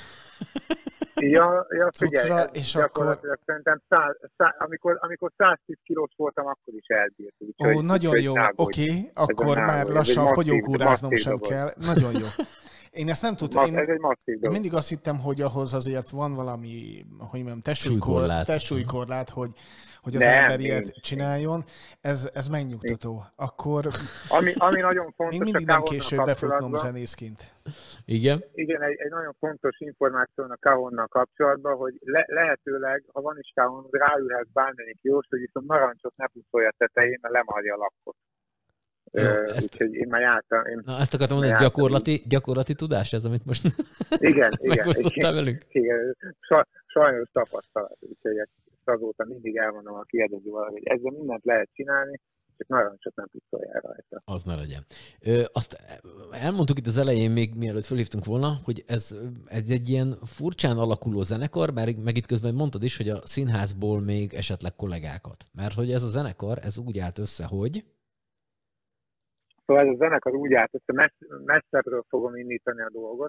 ja, ja, figyelj, cuccra, és akkor... Szerintem száz, száz, amikor, amikor száztíz kilós voltam, akkor is elbírt. Ó, úgy, nagyon úgy, jó. Oké, okay, akkor már lassan fogyókúráznom sem dolog. Kell. Nagyon jó. Én ezt nem tudtam. Én, ez egy masszív én mindig azt hittem, hogy ahhoz azért van valami, hogy mondjam, testsúlykorlát, testsúlykorlát, hogy, hogy az nem, ember ilyet csináljon. Ez, ez megnyugtató. Akkor ami, ami nagyon fontos, még mindig nem később befutnom zenészként. Igen? Igen, egy, egy nagyon fontos információ a Kahonnal kapcsolatban, hogy le, lehetőleg, ha van is Kahon, ráülhetsz bármelyik jós, hogy viszont narancsot ne puszolja tetején, mert lemarja a lappot. Jó, uh, ezt, úgyhogy én már jártam. Én na, ezt akartam mondani, ez gyakorlati, gyakorlati tudás, ez, amit most igen, megosztottál velünk? Igen, sajnos tapasztalat, úgyhogy ezt azóta mindig elmondom a kiadóval, hogy ezzel mindent lehet csinálni, csak narancsot nem puszolja rajta. Az ne legyen. Ö, azt elmondtuk itt az elején, még mielőtt felhívtunk volna, hogy ez, ez egy ilyen furcsán alakuló zenekar, bár meg itt közben mondtad is, hogy a színházból még esetleg kollégákat. Mert hogy ez a zenekar, ez úgy állt össze, hogy... Szóval ez a zenekar úgy állt össze, messz, messzebbről fogom indítani a dolgot.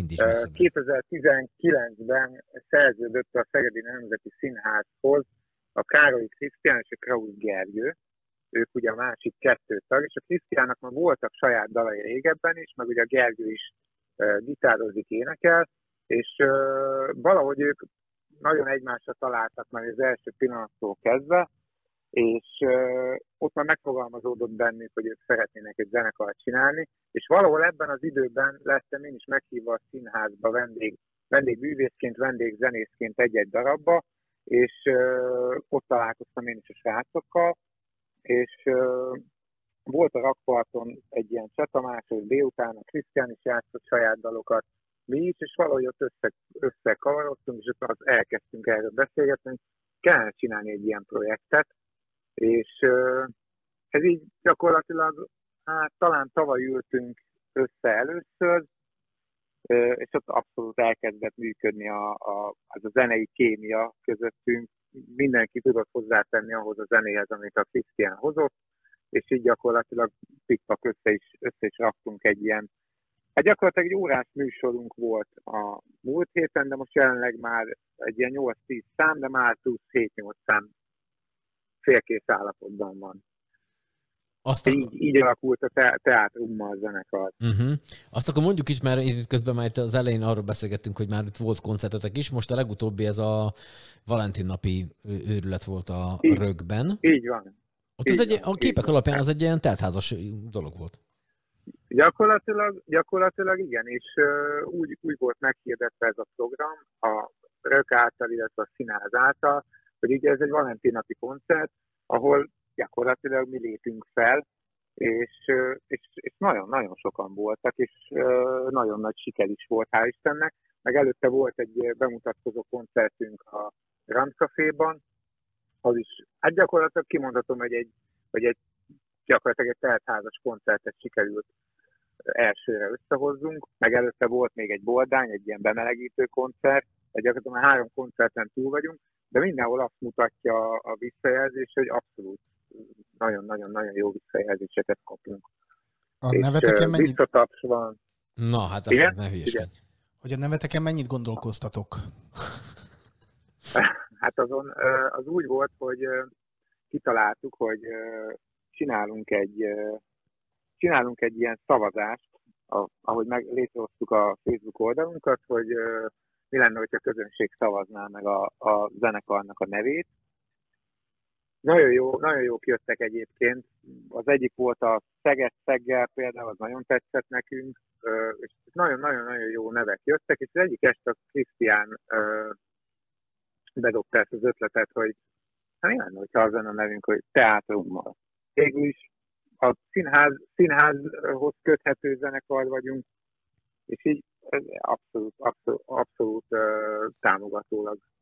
kétezer-tizenkilencben szerződött a Szegedi Nemzeti Színházhoz a Károly Krisztián és a Krausz Gergő. Ők ugye a másik kettő tag, és a Krisztiánnak már voltak saját dalai régebben is, meg ugye a Gergő is uh, gitározik, énekel, és uh, valahogy ők nagyon egymásra találtak már az első pillanattól kezdve, és uh, ott már megfogalmazódott bennük, hogy ők szeretnének egy zenekart csinálni, és valahol ebben az időben lettem én is meghívva a színházba vendég, vendégbűvészként, vendégzenészként egy-egy darabba, és uh, ott találkoztam én is a srácokkal, és uh, volt a rakparton egy ilyen csetamásos délután, a Krisztián is játszott saját dalokat, mi is, és valahogy ott össze, összekavarodtunk, és ott az elkezdtünk erről beszélgetni, hogy kellene csinálni egy ilyen projektet, és uh, ez így gyakorlatilag, hát talán tavaly ültünk össze először, uh, és ott abszolút elkezdett működni a, a, az a zenei kémia közöttünk, mindenki tudott hozzátenni ahhoz a zenéhez, amit a Krisztián hozott, és így gyakorlatilag pikpak össze is, össze is raktunk egy ilyen, hát gyakorlatilag egy órás műsorunk volt a múlt héten, de most jelenleg már egy ilyen nyolc-tíz szám, de már plusz hét-nyolc szám félkész állapotban van. Azt így, ak- így alakult a te- teátrummal a zenekar. Uh-huh. Azt akkor mondjuk is, mert itt közben már itt az elején arról beszélgettünk, hogy már itt volt koncertetek is, most a legutóbbi ez a Valentin napi őrület volt a így, Rögben. Így van. Ott így ez egy, van, a képek alapján az egy ilyen teltházas dolog volt. Gyakorlatilag, gyakorlatilag igen, és uh, úgy, úgy volt meghirdetve ez a program a Rög által, illetve a színház által, hogy ugye ez egy Valentin napi koncert, ahol gyakorlatilag mi lépünk fel, és, és, és nagyon-nagyon sokan voltak, és nagyon nagy siker is volt, hál' Istennek. Meg előtte volt egy bemutatkozó koncertünk a Grand Caféban, az is, hát gyakorlatilag kimondhatom, hogy egy, hogy egy gyakorlatilag egy teltházas koncertet sikerült elsőre összehozzunk, meg előtte volt még egy boldány, egy ilyen bemelegítő koncert, egy gyakorlatilag már három koncerten túl vagyunk, de mindenhol azt mutatja a visszajelzés, hogy abszolút nagyon-nagyon-nagyon jó visszajelzéseket kapunk. A neveteken mennyit... Visszataps van. Na, hát akkor ne hülyeskedj. Hogy a neveteken mennyit gondolkoztatok? Hát azon az úgy volt, hogy kitaláltuk, hogy csinálunk egy, csinálunk egy ilyen szavazást, ahogy meg létrehoztuk a Facebook oldalunkat, hogy mi lenne, hogyha a közönség szavazná meg a, a zenekarnak a nevét. Nagyon jó, nagyon jók jöttek egyébként. Az egyik volt a Szeged-Szeggel például, az nagyon tetszett nekünk, és nagyon-nagyon-nagyon jó nevek jöttek, és az egyik este a Krisztián bedobta ezt az ötletet, hogy hát mi lenne, hogyha az lenne a nevünk, hogy teátrummal. Végül is a színház, színházhoz köthető zenekar vagyunk, és így abszolút, abszolút, abszolút uh, támogatólag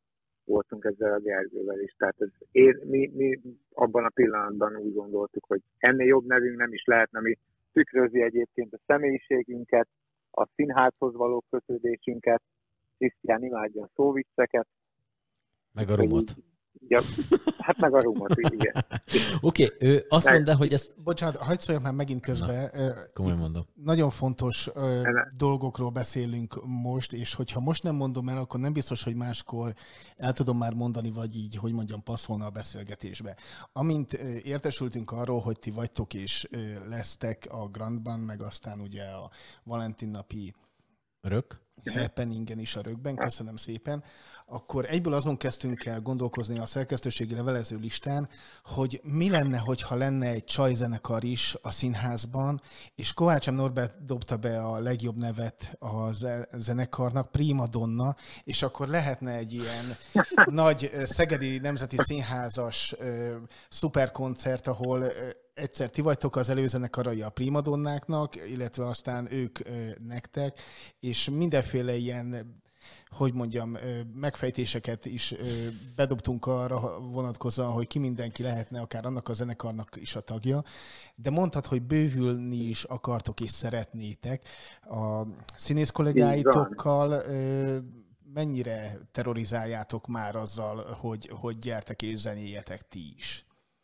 voltunk ezzel a Gergővel is. Tehát ez, én, mi, mi abban a pillanatban úgy gondoltuk, hogy ennél jobb nevünk nem is lehetne, ami tükrözi egyébként a személyiségünket, a színházhoz való kötődésünket. Krisztián imádja a szóvicceket. Meg a rumot. Ja, hát meg a rumot, igen. Oké, okay, ő azt mondta, hogy ezt... Bocsánat, hagyd szóljak már megint közbe. Na, komolyan mondom. Nagyon fontos ö, dolgokról beszélünk most, és hogyha most nem mondom el, akkor nem biztos, hogy máskor el tudom már mondani, vagy így, hogy mondjam, passzolna a beszélgetésbe. Amint ö, értesültünk arról, hogy ti vagytok és ö, lesztek a Grandban, meg aztán ugye a Valentin napi Rök? happeningen is a Rökben, köszönöm szépen, akkor egyből azon kezdtünk el gondolkozni a szerkesztőségi levelező listán, hogy mi lenne, hogyha lenne egy csajzenekar is a színházban, és Kovács M. Norbert dobta be a legjobb nevet a zenekarnak, Prima Donna, és akkor lehetne egy ilyen nagy Szegedi Nemzeti Színházas szuperkoncert, ahol egyszer ti vagytok az előzenekarai a primadonnáknak, illetve aztán ők ö, nektek, és mindenféle ilyen, hogy mondjam, ö, megfejtéseket is ö, bedobtunk arra vonatkozóan, hogy ki mindenki lehetne, akár annak a zenekarnak is a tagja, de mondtad, hogy bővülni is akartok és szeretnétek. A színész kollégáitokkal ö, mennyire terrorizáljátok már azzal, hogy, hogy gyertek és zenéjetek ti is?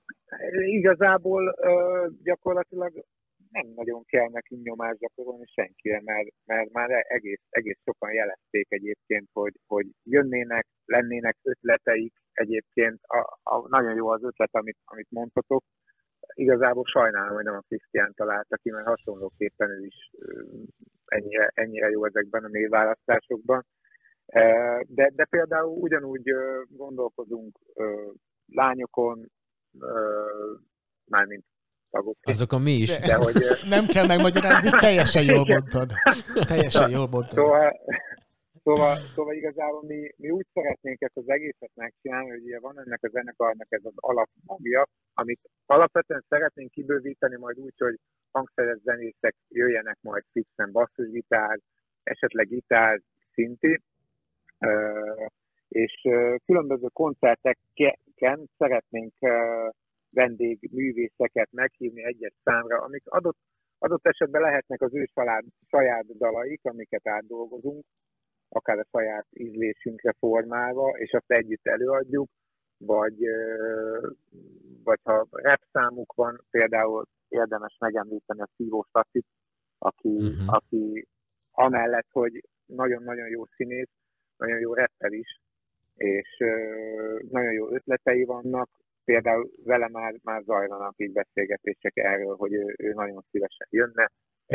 Igazából uh, gyakorlatilag nem nagyon kell nekünk nyomást gyakorolni senkire, mert, mert már egész, egész sokan jelezték egyébként, hogy, hogy jönnének, lennének ötleteik egyébként. A, a, nagyon jó az ötlet, amit, amit mondhatok. Igazából sajnálom, hogy nem a Krisztián találta ki, mert hasonlóképpen ő is ennyire, ennyire jó ezekben a névválasztásokban. De, de például ugyanúgy gondolkozunk lányokon, mármint tagok. Azokon mi is. De, de hogy, nem kell megmagyarázni, teljesen jól mondtad. Teljesen jól mondtad. Szóval, szóval, szóval igazából mi, mi úgy szeretnénk ezt az egészet megcsinálni, hogy ugye van ennek a zenekarnak ez az alapmagja, amit alapvetően szeretnénk kibővíteni majd úgy, hogy hangszeres zenészek jöjjenek majd fixen basszusgitár, esetleg gitár, szinti, és különböző koncerteken szeretnénk vendégművészeket meghívni egyes számra, amik adott, adott esetben lehetnek az ő saját, saját dalaik, amiket átdolgozunk, akár a saját ízlésünkre formálva, és azt együtt előadjuk, vagy, vagy ha rap számuk van, például érdemes megemlíteni a Szívós Latit, aki, uh-huh. aki amellett, hogy nagyon-nagyon jó színész, nagyon jó rapper is, és nagyon jó ötletei vannak, például vele már, már zajlanak így beszélgetések erről, hogy ő, ő nagyon szívesen jönne.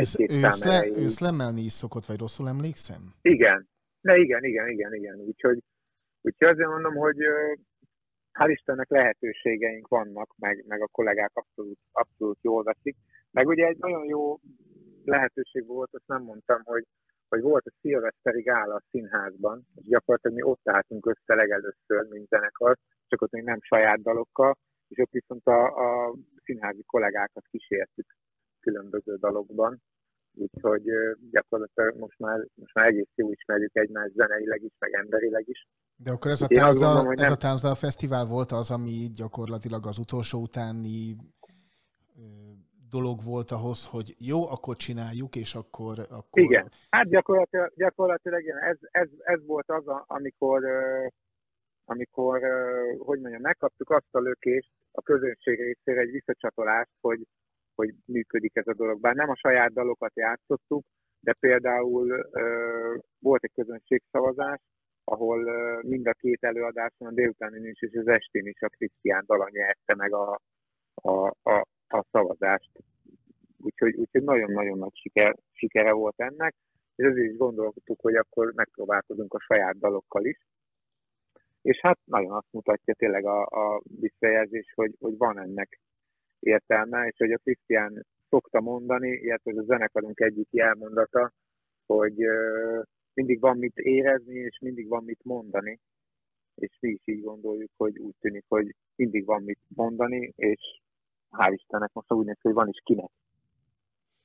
Ő szlemmelni is szokott, vagy rosszul emlékszem? Igen, de igen, igen, igen, igen. Úgyhogy, úgyhogy azért mondom, hogy hál' Istennek lehetőségeink vannak, meg, meg a kollégák abszolút, abszolút jól veszik. Meg ugye egy nagyon jó lehetőség volt, azt nem mondtam, hogy, hogy volt a szilveszteri gála a színházban, és gyakorlatilag mi ott álltunk össze legelőször, mint zenekar, csak ott még nem saját dalokkal, és ott viszont a, a színházi kollégákat kísértük különböző dalokban. Úgyhogy gyakorlatilag most már, most már egész jó ismerjük egymást zeneileg is, meg emberileg is. De akkor ez a, táncdal, gondolom, ez nem... a Táncdal Fesztivál volt az, ami gyakorlatilag az utolsó utáni dolog volt ahhoz, hogy jó, akkor csináljuk, és akkor... akkor... Igen, hát gyakorlatilag, gyakorlatilag igen, ez, ez, ez volt az, amikor, amikor, hogy mondjam, megkaptuk azt a lökést a közönség részére, egy visszacsatolást, hogy, hogy működik ez a dolog. Bár nem a saját dalokat játszottuk, de például volt egy közönségszavazás, ahol mind a két előadáson, a délutáni is és az estén is a Krisztián dala nyerte meg a, a, a a szavazást. Úgyhogy, úgyhogy nagyon-nagyon nagy siker, sikere volt ennek, és azért is gondoltuk, hogy akkor megpróbálkozunk a saját dalokkal is. És hát nagyon azt mutatja tényleg a, a visszajelzés, hogy, hogy van ennek értelme, és hogy a Krisztián szokta mondani, illetve a zenekarunk egyik jelmondata, hogy uh, mindig van mit érezni, és mindig van mit mondani. És mi is így gondoljuk, hogy úgy tűnik, hogy mindig van mit mondani, és hál' Istennek most úgy néz, hogy van is kinek.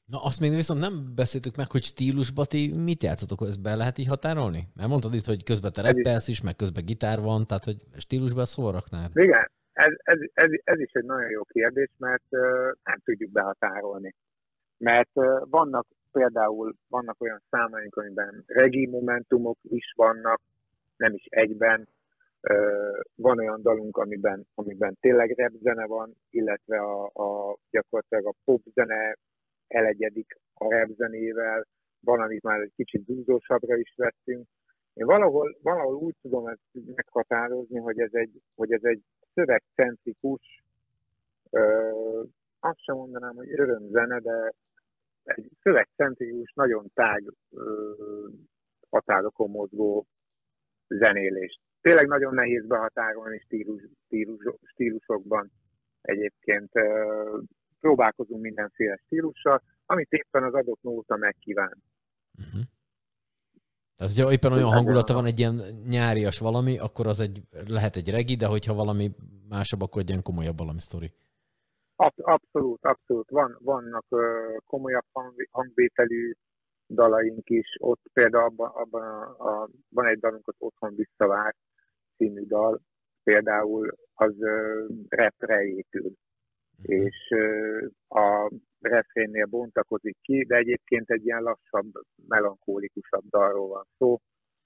Na azt még viszont nem beszéltük meg, hogy stílusba ti mit játszotok, ezt be lehet így határolni? Mert mondtad itt, hogy közben te rappelsz is, meg közben gitár van, tehát hogy stílusba ezt hol raknád? Igen, ez, ez, ez, ez is egy nagyon jó kérdés, mert uh, nem tudjuk behatárolni. Mert uh, vannak például vannak olyan számaink, amiben reggae momentumok is vannak, nem is egyben. Uh, van olyan dalunk, amiben, amiben tényleg rap zene van, illetve a, a, gyakorlatilag a pop zene elegyedik a rap zenével, van, amit már egy kicsit dúzósabbra is vettünk. Én valahol, valahol úgy tudom ezt meghatározni, hogy ez egy, hogy ez egy szövegcentrikus, uh, azt sem mondanám, hogy örömzene, de egy szövegcentrikus, nagyon tág uh, határokon mozgó zenélést. Tényleg nagyon nehéz behatárolni stílus, stílus, stílusokban. Egyébként uh, próbálkozunk mindenféle stílussal, amit éppen az adott nóta megkíván. Uh-huh. Tehát, hogyha éppen olyan hangulata van, egy ilyen nyárias valami, akkor az egy, lehet egy regi, de hogyha valami másabb, akkor egy ilyen komolyabb valami sztori. Abszolút, abszolút. Van, vannak uh, komolyabb hangvételű dalaink is. Ott például abban, abban a, a, van egy dalunk, az Otthon visszavár című dal, például az uh, rapre épül. Mm-hmm. És uh, a refrénnél bontakozik ki, de egyébként egy ilyen lassabb, melankólikusabb dalról van szó.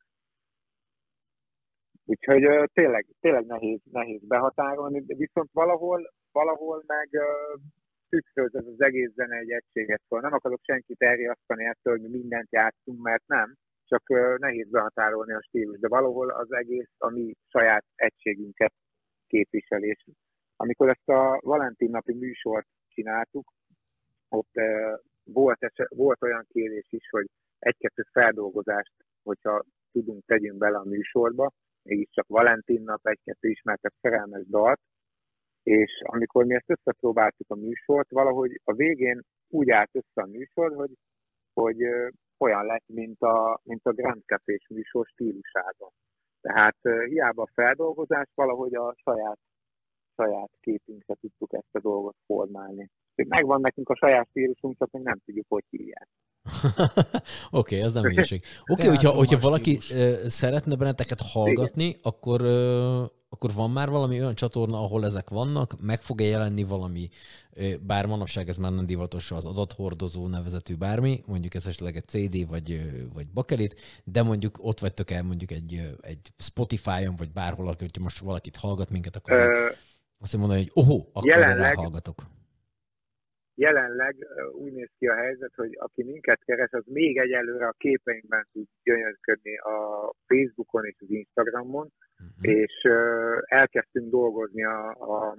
Úgyhogy uh, tényleg, tényleg nehéz, nehéz behatárolni, de viszont valahol, valahol meg uh, tükröz ez az egész zene egy egységet. Szóval nem akarok senkit elriasztani ettől, hogy mi mindent játszunk, mert nem, csak uh, nehéz behatárolni a stílus, de valahol az egész a mi saját egységünket képviselés. Amikor ezt a Valentin napi műsort csináltuk, ott uh, volt, eset, volt olyan kérés is, hogy egy-kettő feldolgozást, hogyha tudunk, tegyünk bele a műsorba, mégiscsak Valentin nap, egy-kettő ismertebb szerelmes dalt, és amikor mi ezt összepróbáltuk a műsort, valahogy a végén úgy állt össze a műsor, hogy, hogy uh, olyan lett, mint a, mint a Grand Cafés műsor stílusában. Tehát uh, hiába a feldolgozás, valahogy a saját saját képünkre tudtuk ezt a dolgot formálni. Megvan nekünk a saját stílusunk, csak még nem tudjuk, hogy hívják. Oké, okay, az nem hülyeség. Oké, okay, hogyha, hogyha valaki uh, szeretne benneteket hallgatni, igen, akkor, uh, akkor van már valami olyan csatorna, ahol ezek vannak? Meg fog-e jelenni valami, uh, bár manapság ez már nem divatos, az adathordozó nevezetű bármi, mondjuk ez esetleg egy cé dé vagy, uh, vagy bakelit, de mondjuk ott vagytok el mondjuk egy, uh, egy Spotify-on, vagy bárhol, hogyha most valakit hallgat minket, akkor uh, azt mondani, hogy ohó, akkor jelenleg, hallgatok. Jelenleg úgy néz ki a helyzet, hogy aki minket keres, az még egyelőre a képeinkben tud gyönyörködni a Facebookon és az Instagramon, uh-huh. és uh, elkezdtünk dolgozni a, a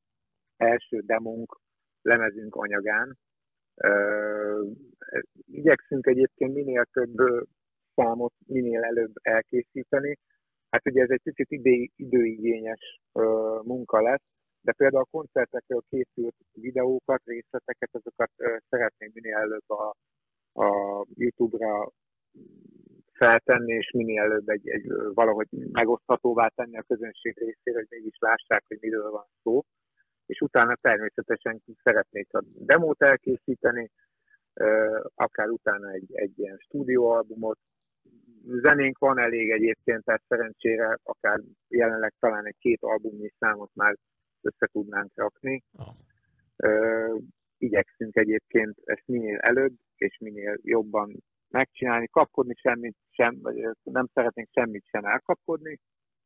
első demónk, lemezünk anyagán. Uh, igyekszünk egyébként minél több számot minél előbb elkészíteni. Hát ugye ez egy picit idő, időigényes uh, munka lesz, de például a koncertekről készült videókat, részleteket, azokat uh, szeretném minél előbb a, a YouTube-ra feltenni, és minél előbb egy, egy, valahogy megoszthatóvá tenni a közönség részére, hogy mégis lássák, hogy miről van szó. És utána természetesen szeretnék a demót elkészíteni, uh, akár utána egy, egy ilyen stúdióalbumot. Zenénk van elég egyébként, tehát szerencsére akár jelenleg talán egy két albumnyi számot már össze tudnánk rakni. Oh. Uh, igyekszünk egyébként ezt minél előbb és minél jobban megcsinálni. Kapkodni semmit sem, vagy nem szeretnénk semmit sem elkapkodni.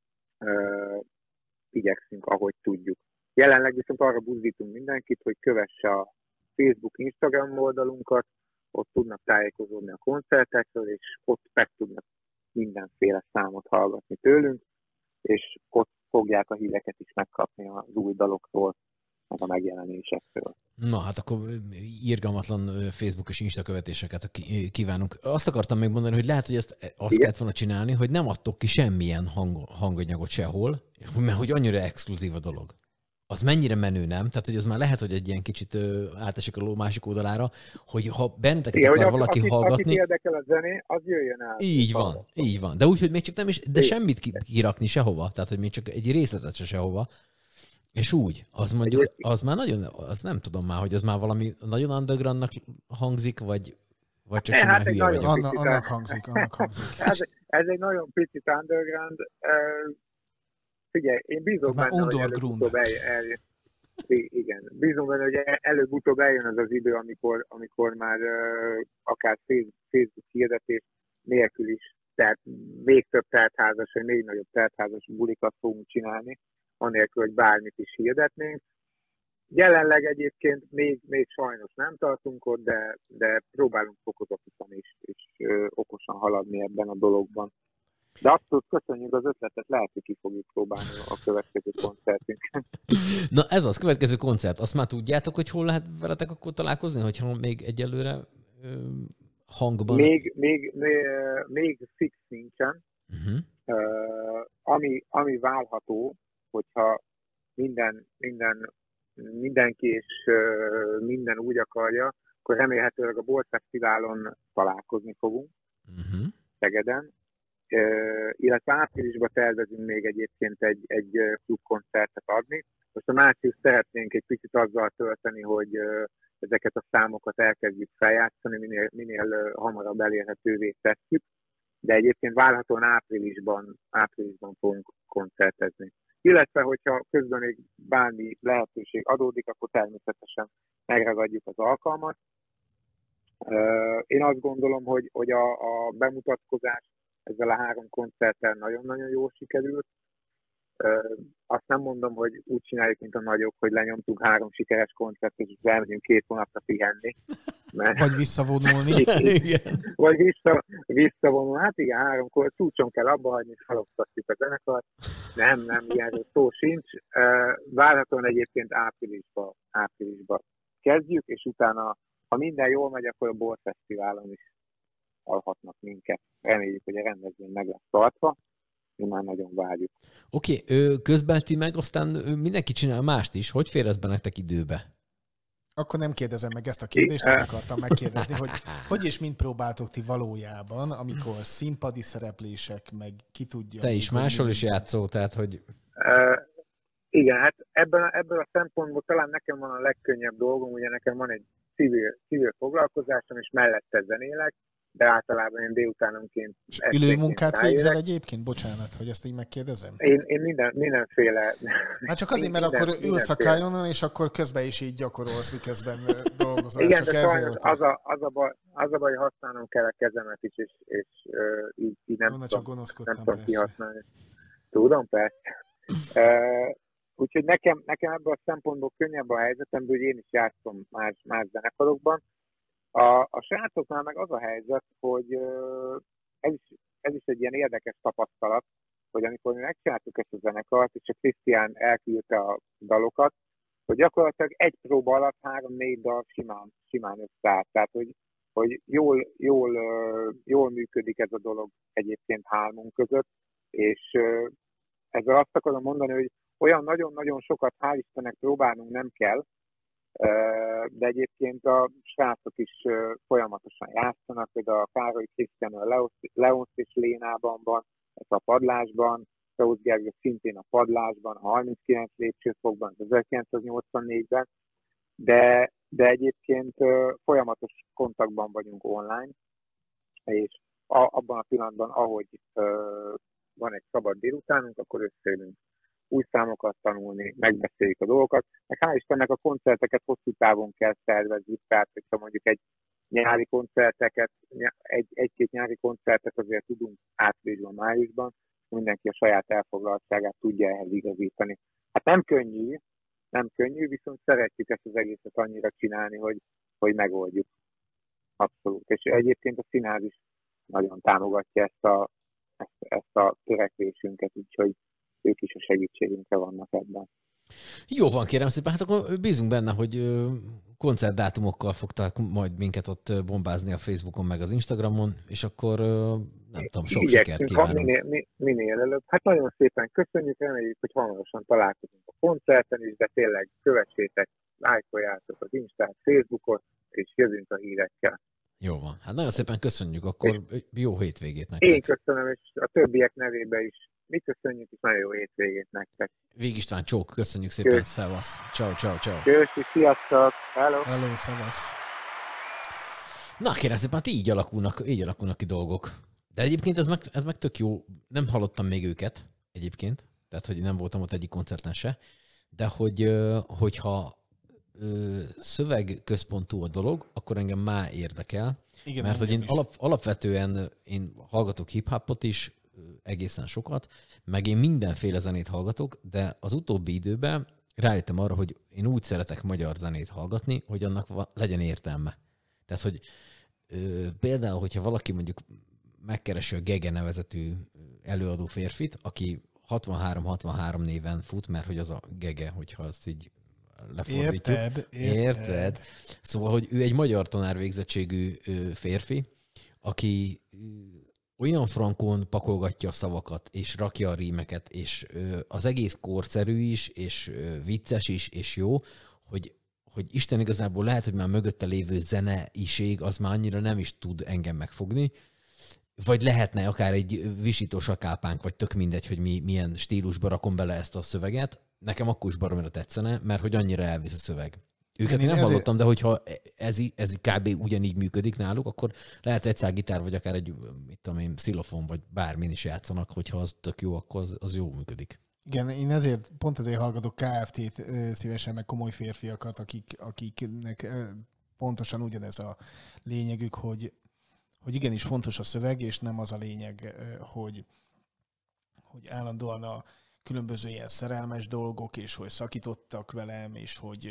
Uh, igyekszünk, ahogy tudjuk. Jelenleg viszont arra buzdítunk mindenkit, hogy kövesse a Facebook, Instagram oldalunkat, ott tudnak tájékozódni a koncertekről, és ott meg tudnak mindenféle számot hallgatni tőlünk, és ott fogják a híreket is megkapni az új dalokról, meg a megjelenésekről. Na hát akkor irgalmatlan Facebook és Insta követéseket kívánunk. Azt akartam még mondani, hogy lehet, hogy ezt azt kellett volna csinálni, hogy nem adtok ki semmilyen hang, hanganyagot sehol, mert hogy annyira exkluzív a dolog. Az mennyire menő, nem? Tehát, hogy az már lehet, hogy egy ilyen kicsit átesik a ló másik oldalára, hogy ha benneteket akar hogy valaki akit, hallgatni... Akit érdekel a zené, az jöjjön el. Így van, hallgatva. Így van. De úgy, hogy még csak nem is, de semmit kirakni sehova. Tehát, hogy még csak egy részletet se sehova. És úgy, az mondjuk, az már nagyon, az nem tudom már, hogy az már valami nagyon undergroundnak hangzik, vagy, vagy csak simán hát hülye nagyon vagyok. Anna, annak hangzik, annak hangzik. ez, ez egy nagyon picit underground. Uh, figyelj, én bízom már benne, hogy underground. előbb-utóbb el, el, igen, bízom benne, hogy előbb-utóbb eljön az az idő, amikor, amikor már uh, akár Facebook hirdetés nélkül is, tehát még több teltházas, vagy még nagyobb teltházas bulikat fogunk csinálni, anélkül, hogy bármit is hirdetnénk. Jelenleg egyébként még, még sajnos nem tartunk ott, de, de próbálunk fokozatosan is, és ö, okosan haladni ebben a dologban. De abszolút köszönjük az ötletet, lehet, hogy ki fogjuk próbálni a következő koncertünket. Na ez az, következő koncert. Azt már tudjátok, hogy hol lehet veletek akkor találkozni, hogyha még egyelőre ö, hangban? Még, még, még, még fix nincsen. Uh-huh. Uh, ami, ami válható, hogyha minden, minden, mindenki és uh, minden úgy akarja, akkor remélhetőleg a Borfesztiválon találkozni fogunk Uh-huh. Szegeden. Uh, illetve áprilisban tervezünk még egyébként egy, egy klubkoncertet adni. Most a március szeretnénk egy picit azzal tölteni, hogy uh, ezeket a számokat elkezdjük feljátszani, minél, minél uh, hamarabb elérhetővé tesszük, de egyébként várhatóan áprilisban, áprilisban fogunk koncertezni. Illetve, hogyha közben még bármi lehetőség adódik, akkor természetesen megragadjuk az alkalmat. Uh, én azt gondolom, hogy, hogy a, a bemutatkozás ezzel a három koncerttel nagyon-nagyon jól sikerült. Uh, azt nem mondom, hogy úgy csináljuk, mint a nagyok, hogy lenyomtunk három sikeres koncertet, és elmegyünk két hónapra pihenni. Mert... Vagy visszavonulni. Igen. Vagy vissza, visszavonulni. Hát igen, háromkor csúcson kell abba hagyni, és halogtatjuk a zenekart. Nem, nem, ilyenről szó sincs. Uh, várhatóan egyébként áprilisban, áprilisban kezdjük, és utána, ha minden jól megy, akkor a Borfesztiválon is hallhatnak minket. Reméljük, hogy a rendezvény meg lesz tartva. Mi már nagyon várjuk. Oké, okay, közben ti meg aztán mindenki csinál mást is. Hogy fér ez be nektek időbe? Akkor nem kérdezem meg ezt a kérdést, ezt akartam megkérdezni, hogy hogy és mint próbáltok ti valójában, amikor színpadi szereplések, meg ki tudja... Te is máshol is játszol, tehát hogy... Uh, igen, hát ebben, ebből a szempontból talán nekem van a legkönnyebb dolgom, ugye nekem van egy civil, civil foglalkozásom, és mellette zenélek, de általában én délutánonként... És ülőmunkát végzel egyébként? Bocsánat, hogy ezt így megkérdezem. Én, én minden, mindenféle... Hát csak azért, mert minden, akkor ülsz a kajonon, és akkor közben is így gyakorolsz, miközben dolgozol. Igen, de sajnos az a, az, a baj, az a baj, hogy használnom kell a kezemet is, és, és uh, így, így nem, Volna, tudom, nem tudom kihasználni. Tudom, persze. uh, úgyhogy nekem, nekem ebből a szempontból könnyebb a helyzetem, hogy én is játszom más, más zenekarokban. A, a srácoknál meg az a helyzet, hogy uh, ez, is, ez is egy ilyen érdekes tapasztalat, hogy amikor mi megcsináltuk ezt a zenekart, és a Krisztián elküldte a dalokat, hogy gyakorlatilag egy próba alatt három-négy dal simán, simán összeállt. Tehát, hogy, hogy jól, jól, uh, jól működik ez a dolog egyébként hármunk között, és uh, ezzel azt akarom mondani, hogy olyan nagyon-nagyon sokat, hál' Istennek próbálnunk nem kell, de egyébként a srácok is folyamatosan játszanak, például a Károly Krisztián a Leonsz és Lénában van, ez a padlásban, Tóth Gergő szintén a padlásban, a harminckilenc lépcsőfokban, az ezerkilencszáznyolcvannégyben, de, de egyébként folyamatos kontaktban vagyunk online, és a, abban a pillanatban, ahogy van egy szabad délutánunk, akkor összeülünk új számokat tanulni, megbeszéljük a dolgokat. Meg hál' Istennek a koncerteket hosszú távon kell szervezni, tehát hogyha mondjuk egy nyári koncerteket, egy, egy-két nyári koncertet azért tudunk áprilisban, májusban, mindenki a saját elfoglaltságát tudja ehhez igazítani. Hát nem könnyű, nem könnyű, viszont szeretjük ezt az egészet annyira csinálni, hogy, hogy megoldjuk. Abszolút. És egyébként a színház is nagyon támogatja ezt a, ezt, ezt a törekvésünket, úgyhogy ők is a segítségünkre vannak ebben. Jó van, kérem szépen, hát akkor bízunk benne, hogy koncertdátumokkal fogták majd minket ott bombázni a Facebookon meg az Instagramon, és akkor nem tudom, sok sikert kívánunk. Minél, minél előbb. Hát nagyon szépen köszönjük, reméljük, hogy hamarosan találkozunk a koncerten is, de tényleg kövessétek, lájkoljátok az Instát, Facebookot, és jövünk a hírekkel. Jó van. Hát nagyon szépen köszönjük, akkor jó hétvégét nektek. Én köszönöm, és a többiek nevében is. Mi köszönjük, és nagyon jó hétvégét nektek. Vég István, csók, köszönjük szépen, Kösz. szevasz. Ciao, ciao, ciao. Köszi, sziasztok! Hello! Hello, szevasz. Na kérem szépen, hát így alakulnak, így alakulnak ki dolgok. De egyébként ez meg, ez meg tök jó. Nem hallottam még őket egyébként, tehát hogy nem voltam ott egyik koncerten se, de hogy, hogyha szövegközpontú a dolog, akkor engem már érdekel. Igen, mert hogy én alap, alapvetően én hallgatok hip-hopot is, egészen sokat, meg én mindenféle zenét hallgatok, de az utóbbi időben rájöttem arra, hogy én úgy szeretek magyar zenét hallgatni, hogy annak legyen értelme. Tehát, hogy ö, például, hogyha valaki mondjuk megkeresi a Gege nevezetű előadó férfit, aki hatvanhárom hatvanhárom néven fut, mert hogy az a Gege, hogyha azt így lefordítjuk. Érted, érted. érted. Szóval, hogy ő egy magyar tanárvégzettségű férfi, aki olyan frankon pakolgatja a szavakat, és rakja a rímeket, és az egész korszerű is, és vicces is, és jó, hogy, hogy Isten igazából lehet, hogy már mögötte lévő zeneiség az már annyira nem is tud engem megfogni, vagy lehetne akár egy visítós akápánk, vagy tök mindegy, hogy mi, milyen stílusba rakom bele ezt a szöveget. Nekem akkor is baromira tetszene, mert hogy annyira elvisz a szöveg. Őket én, én nem ezért... hallottam, de hogyha ez, ez kb. Ugyanígy működik náluk, akkor lehet egy szálgitár, vagy akár egy, mit tudom én, xilofon, vagy bármin is játszanak, hogyha az tök jó, akkor az, az jó működik. Igen, én ezért, pont ezért hallgatok ká ef té-t szívesen, meg komoly férfiakat, akik, akiknek pontosan ugyanez a lényegük, hogy, hogy igenis fontos a szöveg, és nem az a lényeg, hogy, hogy állandóan a különböző ilyen szerelmes dolgok, és hogy szakítottak velem, és hogy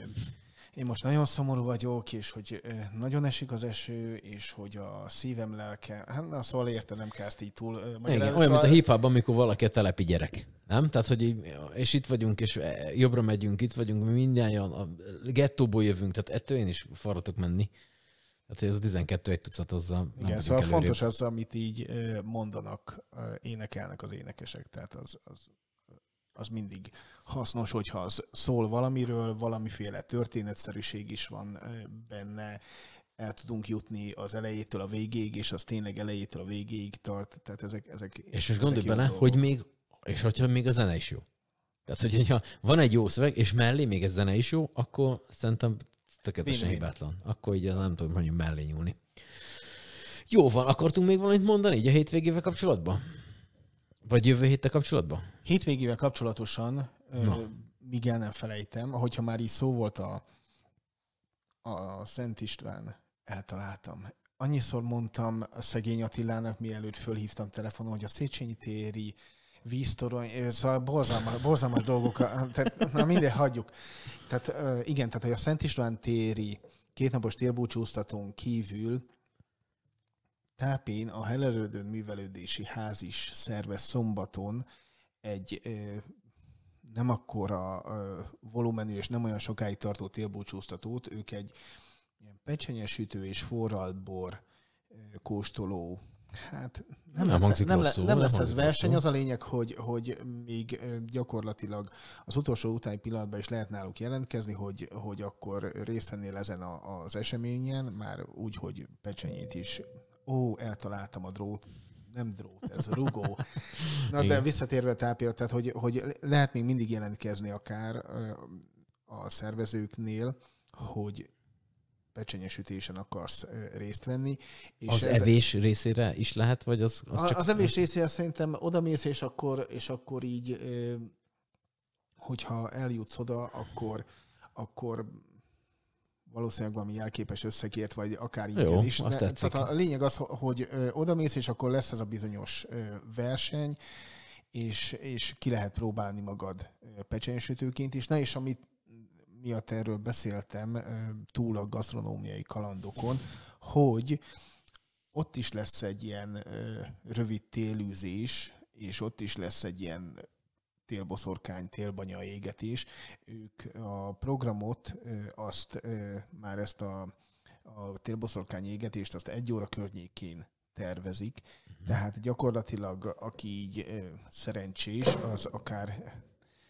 én most nagyon szomorú vagyok, és hogy nagyon esik az eső, és hogy a szívem lelke... Hát, na, szóval érted, nem kell ezt így túl... Igen, olyan, szóval... mint a hip-hopban, amikor valaki a telepi gyerek. Nem? Tehát, hogy így, és itt vagyunk, és jobbra megyünk, itt vagyunk, mi mindjárt a gettóból jövünk, tehát ettől én is faratok menni. Tehát ez a tizenkettő egy tucat, azzal nem igen, szóval előrébb. Fontos az, amit így mondanak, énekelnek az énekesek, tehát az... az az mindig hasznos, hogyha az szól valamiről, valamiféle történetszerűség is van benne, el tudunk jutni az elejétől a végéig, és az tényleg elejétől a végéig tart, tehát ezek, ezek és most gondolj bele, dolgok. Hogy még, és hogyha még a zene is jó. Tehát, hogyha van egy jó szöveg, és mellé még egy zene is jó, akkor szerintem tökéletesen hibátlan. Akkor így nem tudom nagyon mellé nyúlni. Jó van, akartunk még valamit mondani így a hétvégével kapcsolatban? Vagy jövő héttel kapcsolatban? Hétvégével kapcsolatosan, no. míg el nem felejtem, hogyha már így szó volt a, a Szent István, eltaláltam. Annyiszor mondtam a szegény Attilának, mielőtt fölhívtam telefonon, hogy a Széchenyi téri víztorony, szóval borzalmas, borzalmas dolgok, tehát, na minden hagyjuk. Tehát igen, tehát hogy a Szent István téri kétnapos térbúcsúztatón kívül Tápén a Hellerődön Művelődési Ház is szervez szombaton egy ö, nem akkora ö, volumenű és nem olyan sokáig tartó térbúcsúztatót. Ők egy ilyen pecsenyesütő és forralt bor ö, kóstoló. Hát nem, nem lesz, nem, rosszul, nem lesz nem ez verseny. Rosszul. Az a lényeg, hogy, hogy még gyakorlatilag az utolsó utáni pillanatban is lehet náluk jelentkezni, hogy, hogy akkor részt vennél ezen a, az eseményen, már úgy, hogy pecsenyét is. Ó, eltaláltam a drót. Nem drót, ez rugó. Na, de visszatérve a tápjára, tehát hogy, hogy lehet még mindig jelentkezni akár a szervezőknél, hogy pecsenyesütésen akarsz részt venni. És az ez... evés részére is lehet, vagy az, az csak... Az evés részére szerintem odamész, és akkor, és akkor így, hogyha eljutsz oda, akkor, akkor valószínűleg valami jelképes összegért, vagy akár így jó, is. Azt tehát a lényeg az, hogy odamész, és akkor lesz ez a bizonyos verseny, és, és ki lehet próbálni magad pecsenyesütőként is. Na, és amit miatt erről beszéltem túl a gasztronómiai kalandokon, hogy ott is lesz egy ilyen rövid télűzés, és ott is lesz egy ilyen télboszorkány, télbanya égetés. Ők a programot, azt már ezt a, a télboszorkány égetést, azt egy óra környékén tervezik. Tehát gyakorlatilag, aki így szerencsés, az akár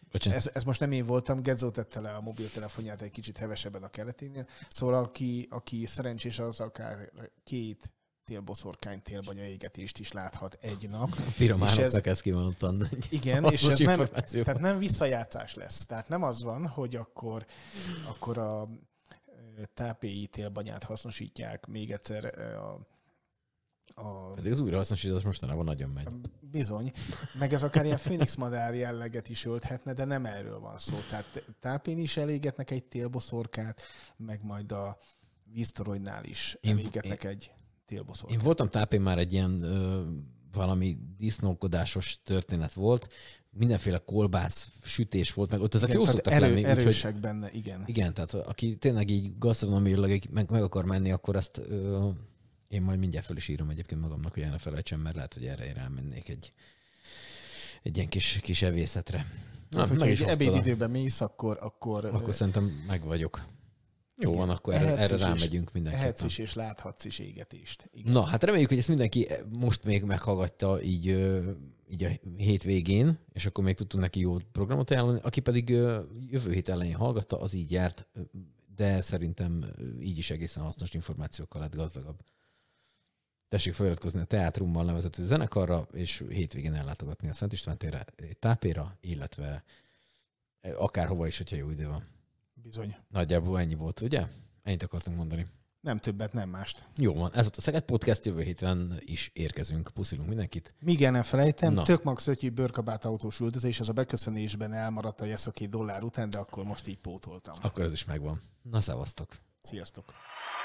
Ez, ez most nem én voltam, Gedzo tette le a mobiltelefonját egy kicsit hevesebben a keleténél. Szóval aki, aki szerencsés, az akár két télboszorkány télbanya égetést is láthat egy nap. A pirománoknak ez, ez kimondottan. Igen, és ez nem, tehát nem visszajátszás lesz. Tehát nem az van, hogy akkor, akkor a tápéi télbanyát hasznosítják még egyszer a A... Pedig az újrahasznosítás mostanában nagyon megy. Bizony. Meg ez akár ilyen főnix madár jelleget is ölthetne, de nem erről van szó. Tehát tápén is elégetnek egy télboszorkát, meg majd a víztoronynál is elégetnek én, egy télboszorkát. Én voltam tápén, már egy ilyen ö, valami disznókodásos történet volt. Mindenféle kolbász sütés volt, meg ott ezek igen, jó szoktak erő, lenni. Erősek úgy, benne, igen. Igen, tehát aki tényleg így gasztronómiailag meg, meg akar menni, akkor ezt... Ö, Én majd mindjárt föl is írom egyébként magamnak, hogy el ne felejtsem, mert lehet, hogy erre én rámennék egy, egy ilyen kis, kis evészetre. Na, hát, hogyha egy ebédidőben mész, akkor... Akkor, akkor szerintem meg vagyok. Jó igen, van, akkor erre, erre rámegyünk mindenképpen. Ehetsz is és láthatsz is égetést. Igen. Na, hát reméljük, hogy ezt mindenki most még meghallgatta így, így a hétvégén, és akkor még tudtunk neki jó programot ajánlani. Aki pedig jövő hét elején hallgatta, az így járt, de szerintem így is egészen hasznos információkkal lett gazdagabb. Tessék feliratkozni a Teátrummal nevezető zenekarra, és hétvégén ellátogatni a Szent István térre, tápéra, illetve akárhova is, hogyha jó idő van. Bizony. Nagyjából ennyi volt, ugye? Ennyit akartunk mondani. Nem többet, nem mást. Jó van, ez volt a Szeged Podcast, jövő héten is érkezünk. Puszilunk mindenkit. Míg el nem felejtem, Na. tök max ötjű bőrkabát autós üldözés, az a beköszönésben elmaradt a jeszaki dollár után, de akkor most így pótoltam. Akkor ez is megvan. Na, szevasztok. Sziasztok.